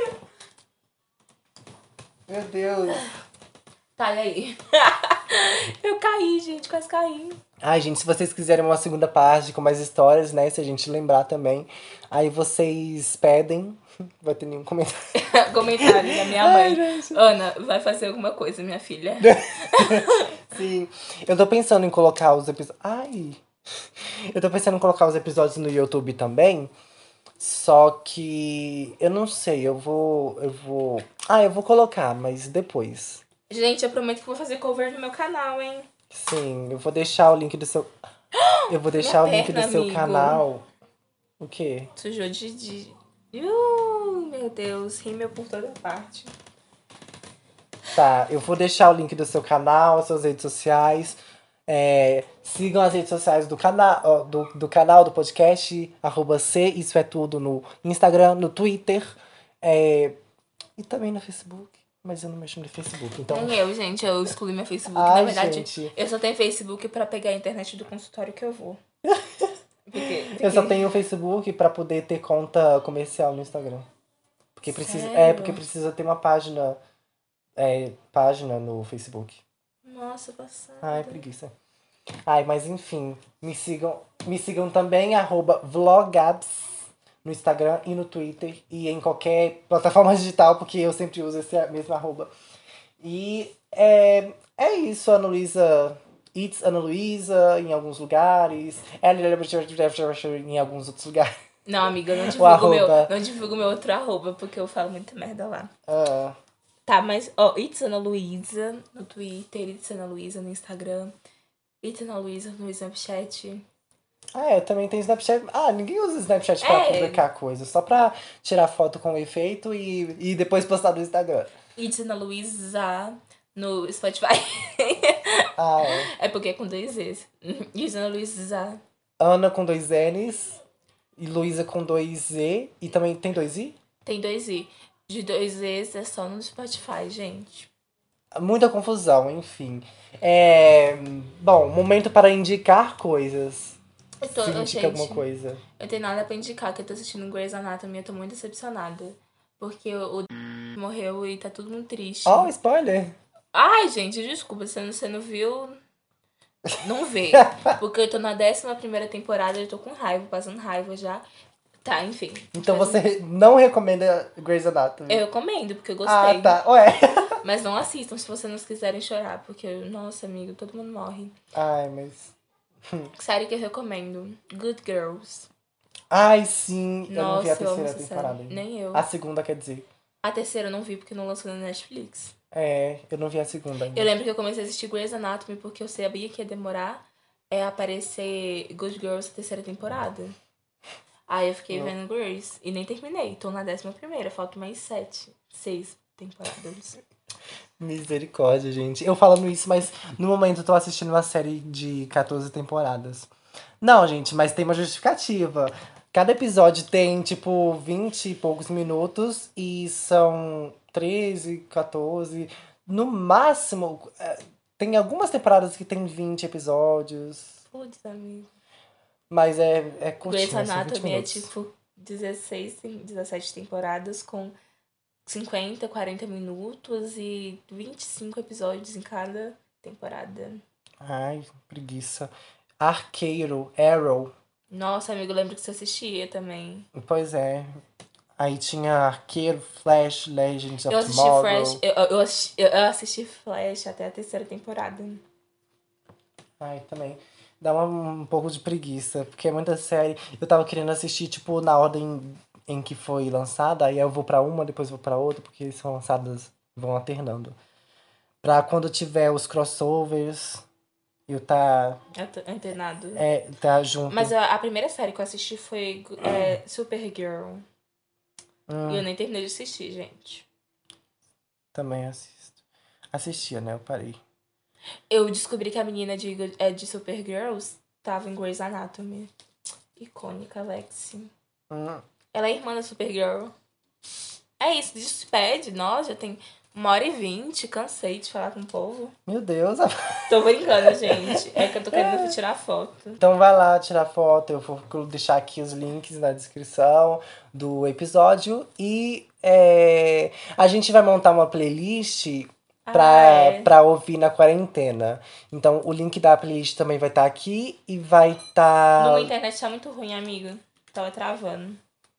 Meu Deus. Tá, e aí? Eu caí, gente, quase caí. Ai, gente, se vocês quiserem uma segunda parte com mais histórias, né? Se a gente lembrar também, aí vocês pedem. Vai ter nenhum comentário. Comentário da minha Ai, mãe. gente. Ana, vai fazer alguma coisa, minha filha. Sim. Eu tô pensando em colocar os episódios. Ai. Eu tô pensando em colocar os episódios no YouTube também. Só que eu não sei, eu vou. Ah, eu vou colocar, mas depois. Gente, eu prometo que vou fazer cover no meu canal, hein? Sim, eu vou deixar o link do seu. Eu vou Minha deixar o link do perna, seu amigo. canal. O quê? Sujou meu Deus, rímel por toda parte. Tá, eu vou deixar o link do seu canal, suas redes sociais. Sigam as redes sociais do canal, do canal do podcast, Isso é Tudo no Instagram, no Twitter, e também no Facebook. Mas eu não mexo no Facebook, então. Nem eu, gente, eu excluí meu Facebook. Ai, Na verdade, gente. eu só tenho Facebook pra pegar a internet do consultório que eu vou. Eu só tenho o Facebook pra poder ter conta comercial no Instagram. Sério? Porque precisa ter uma página no Facebook. Nossa, passada. Ai, preguiça. Ai, mas enfim, me sigam também, @vlogabs no Instagram e no Twitter e em qualquer plataforma digital, porque eu sempre uso esse mesmo arroba. E é isso, Ana Luísa. It's Ana Luísa em alguns lugares. Em alguns outros lugares. Não, amiga, eu não O divulgo arroba. não divulgo meu outro arroba, porque eu falo muita merda lá. Ah, Tá, mas, ó, It's Ana Luísa no Twitter, It's Ana Luísa no Instagram, It's Ana Luísa no Snapchat. eu também tenho Snapchat. Ah, ninguém usa Snapchat pra publicar coisas, só pra tirar foto com efeito e depois postar no Instagram. It's Ana Luísa no Spotify. Ah, é. É porque é com 2 Z's. It's Ana Luísa. Ana com 2 N's e Luísa com 2 Z. E também tem 2 I? Tem 2 I. De 2 Z's é só no Spotify, gente. Muita confusão, enfim. Bom, momento para indicar coisas. Se indica gente, alguma coisa. eu tenho nada pra indicar, que eu tô assistindo Grey's Anatomy e eu tô muito decepcionada. Porque o morreu e tá todo mundo triste. Oh, spoiler! Ai, gente, desculpa, se você não viu, não vê. Porque eu tô na 11ª temporada e eu tô com raiva, passando raiva já. Tá, enfim. Então você não recomenda Grey's Anatomy? Eu recomendo, porque eu gostei. Ah, tá. Ué. Mas não assistam se vocês não quiserem chorar, porque, nossa, amigo, todo mundo morre. Ai, mas... Série que eu recomendo, Good Girls. Ai, sim. Eu não vi a Nossa, eu amo terceira essa temporada série. ainda. Nem eu. A segunda, quer dizer. A terceira eu não vi porque não lançou na Netflix. Eu não vi a segunda ainda. Eu lembro que eu comecei a assistir Grey's Anatomy porque eu sabia que ia demorar aparecer Good Girls na terceira temporada. Aí eu fiquei vendo Grey's e nem terminei. Tô na 11ª, faltam mais 6 temporadas. Misericórdia, gente. Eu falando isso, mas no momento eu tô assistindo uma série de 14 temporadas. Não, gente, mas tem uma justificativa. Cada episódio tem, tipo, 20 e poucos minutos e são 13, 14. No máximo, tem algumas temporadas que tem 20 episódios. Putz, amigo. Mas é Grey's curtinho, assim, 20 Anatomy é minutos. tipo 17 temporadas com 50, 40 minutos e 25 episódios em cada temporada. Ai, preguiça. Arrow. Nossa, amigo, eu lembro que você assistia também. Pois é. Aí tinha Arqueiro, Flash, Legends of Eu assisti Tomorrow. Flash, eu assisti Flash até a terceira temporada. Ai, também. Dá um pouco de preguiça, porque é muita série. Eu tava querendo assistir, tipo, na ordem em que foi lançada, aí eu vou pra uma, depois vou pra outra, porque são lançadas, vão alternando. Pra quando tiver os crossovers, Eu tá... Antenado. Tá junto. Mas a primeira série que eu assisti foi Supergirl. E eu nem terminei de assistir, gente. Também assisto. Assistia, né? Eu parei. Eu descobri que a menina de Supergirls tava em Grey's Anatomy. Icônica, Lexi. Ela é irmã da Supergirl. É isso, despede. Nossa, já tem 1h20. Cansei de falar com o povo. Meu Deus. Tô brincando, gente. É que eu tô querendo tirar foto. Então vai lá tirar foto. Eu vou deixar aqui os links na descrição do episódio. E a gente vai montar uma playlist pra ouvir na quarentena. Então o link da playlist também vai estar aqui e vai estar... Numa internet tá muito ruim, amiga. Tava travando.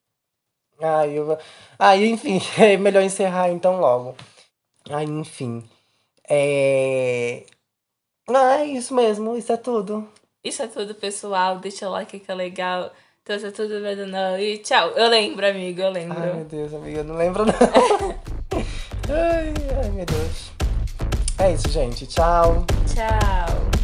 Enfim, é melhor encerrar então logo. Enfim. É isso mesmo, isso é tudo. Isso é tudo, pessoal. Deixa o like que é legal. Então isso é tudo, não. E tchau. Eu lembro, amigo, eu lembro. Ai, meu Deus, amiga, eu não lembro não. Ai, meu Deus. É isso, gente. Tchau. Tchau.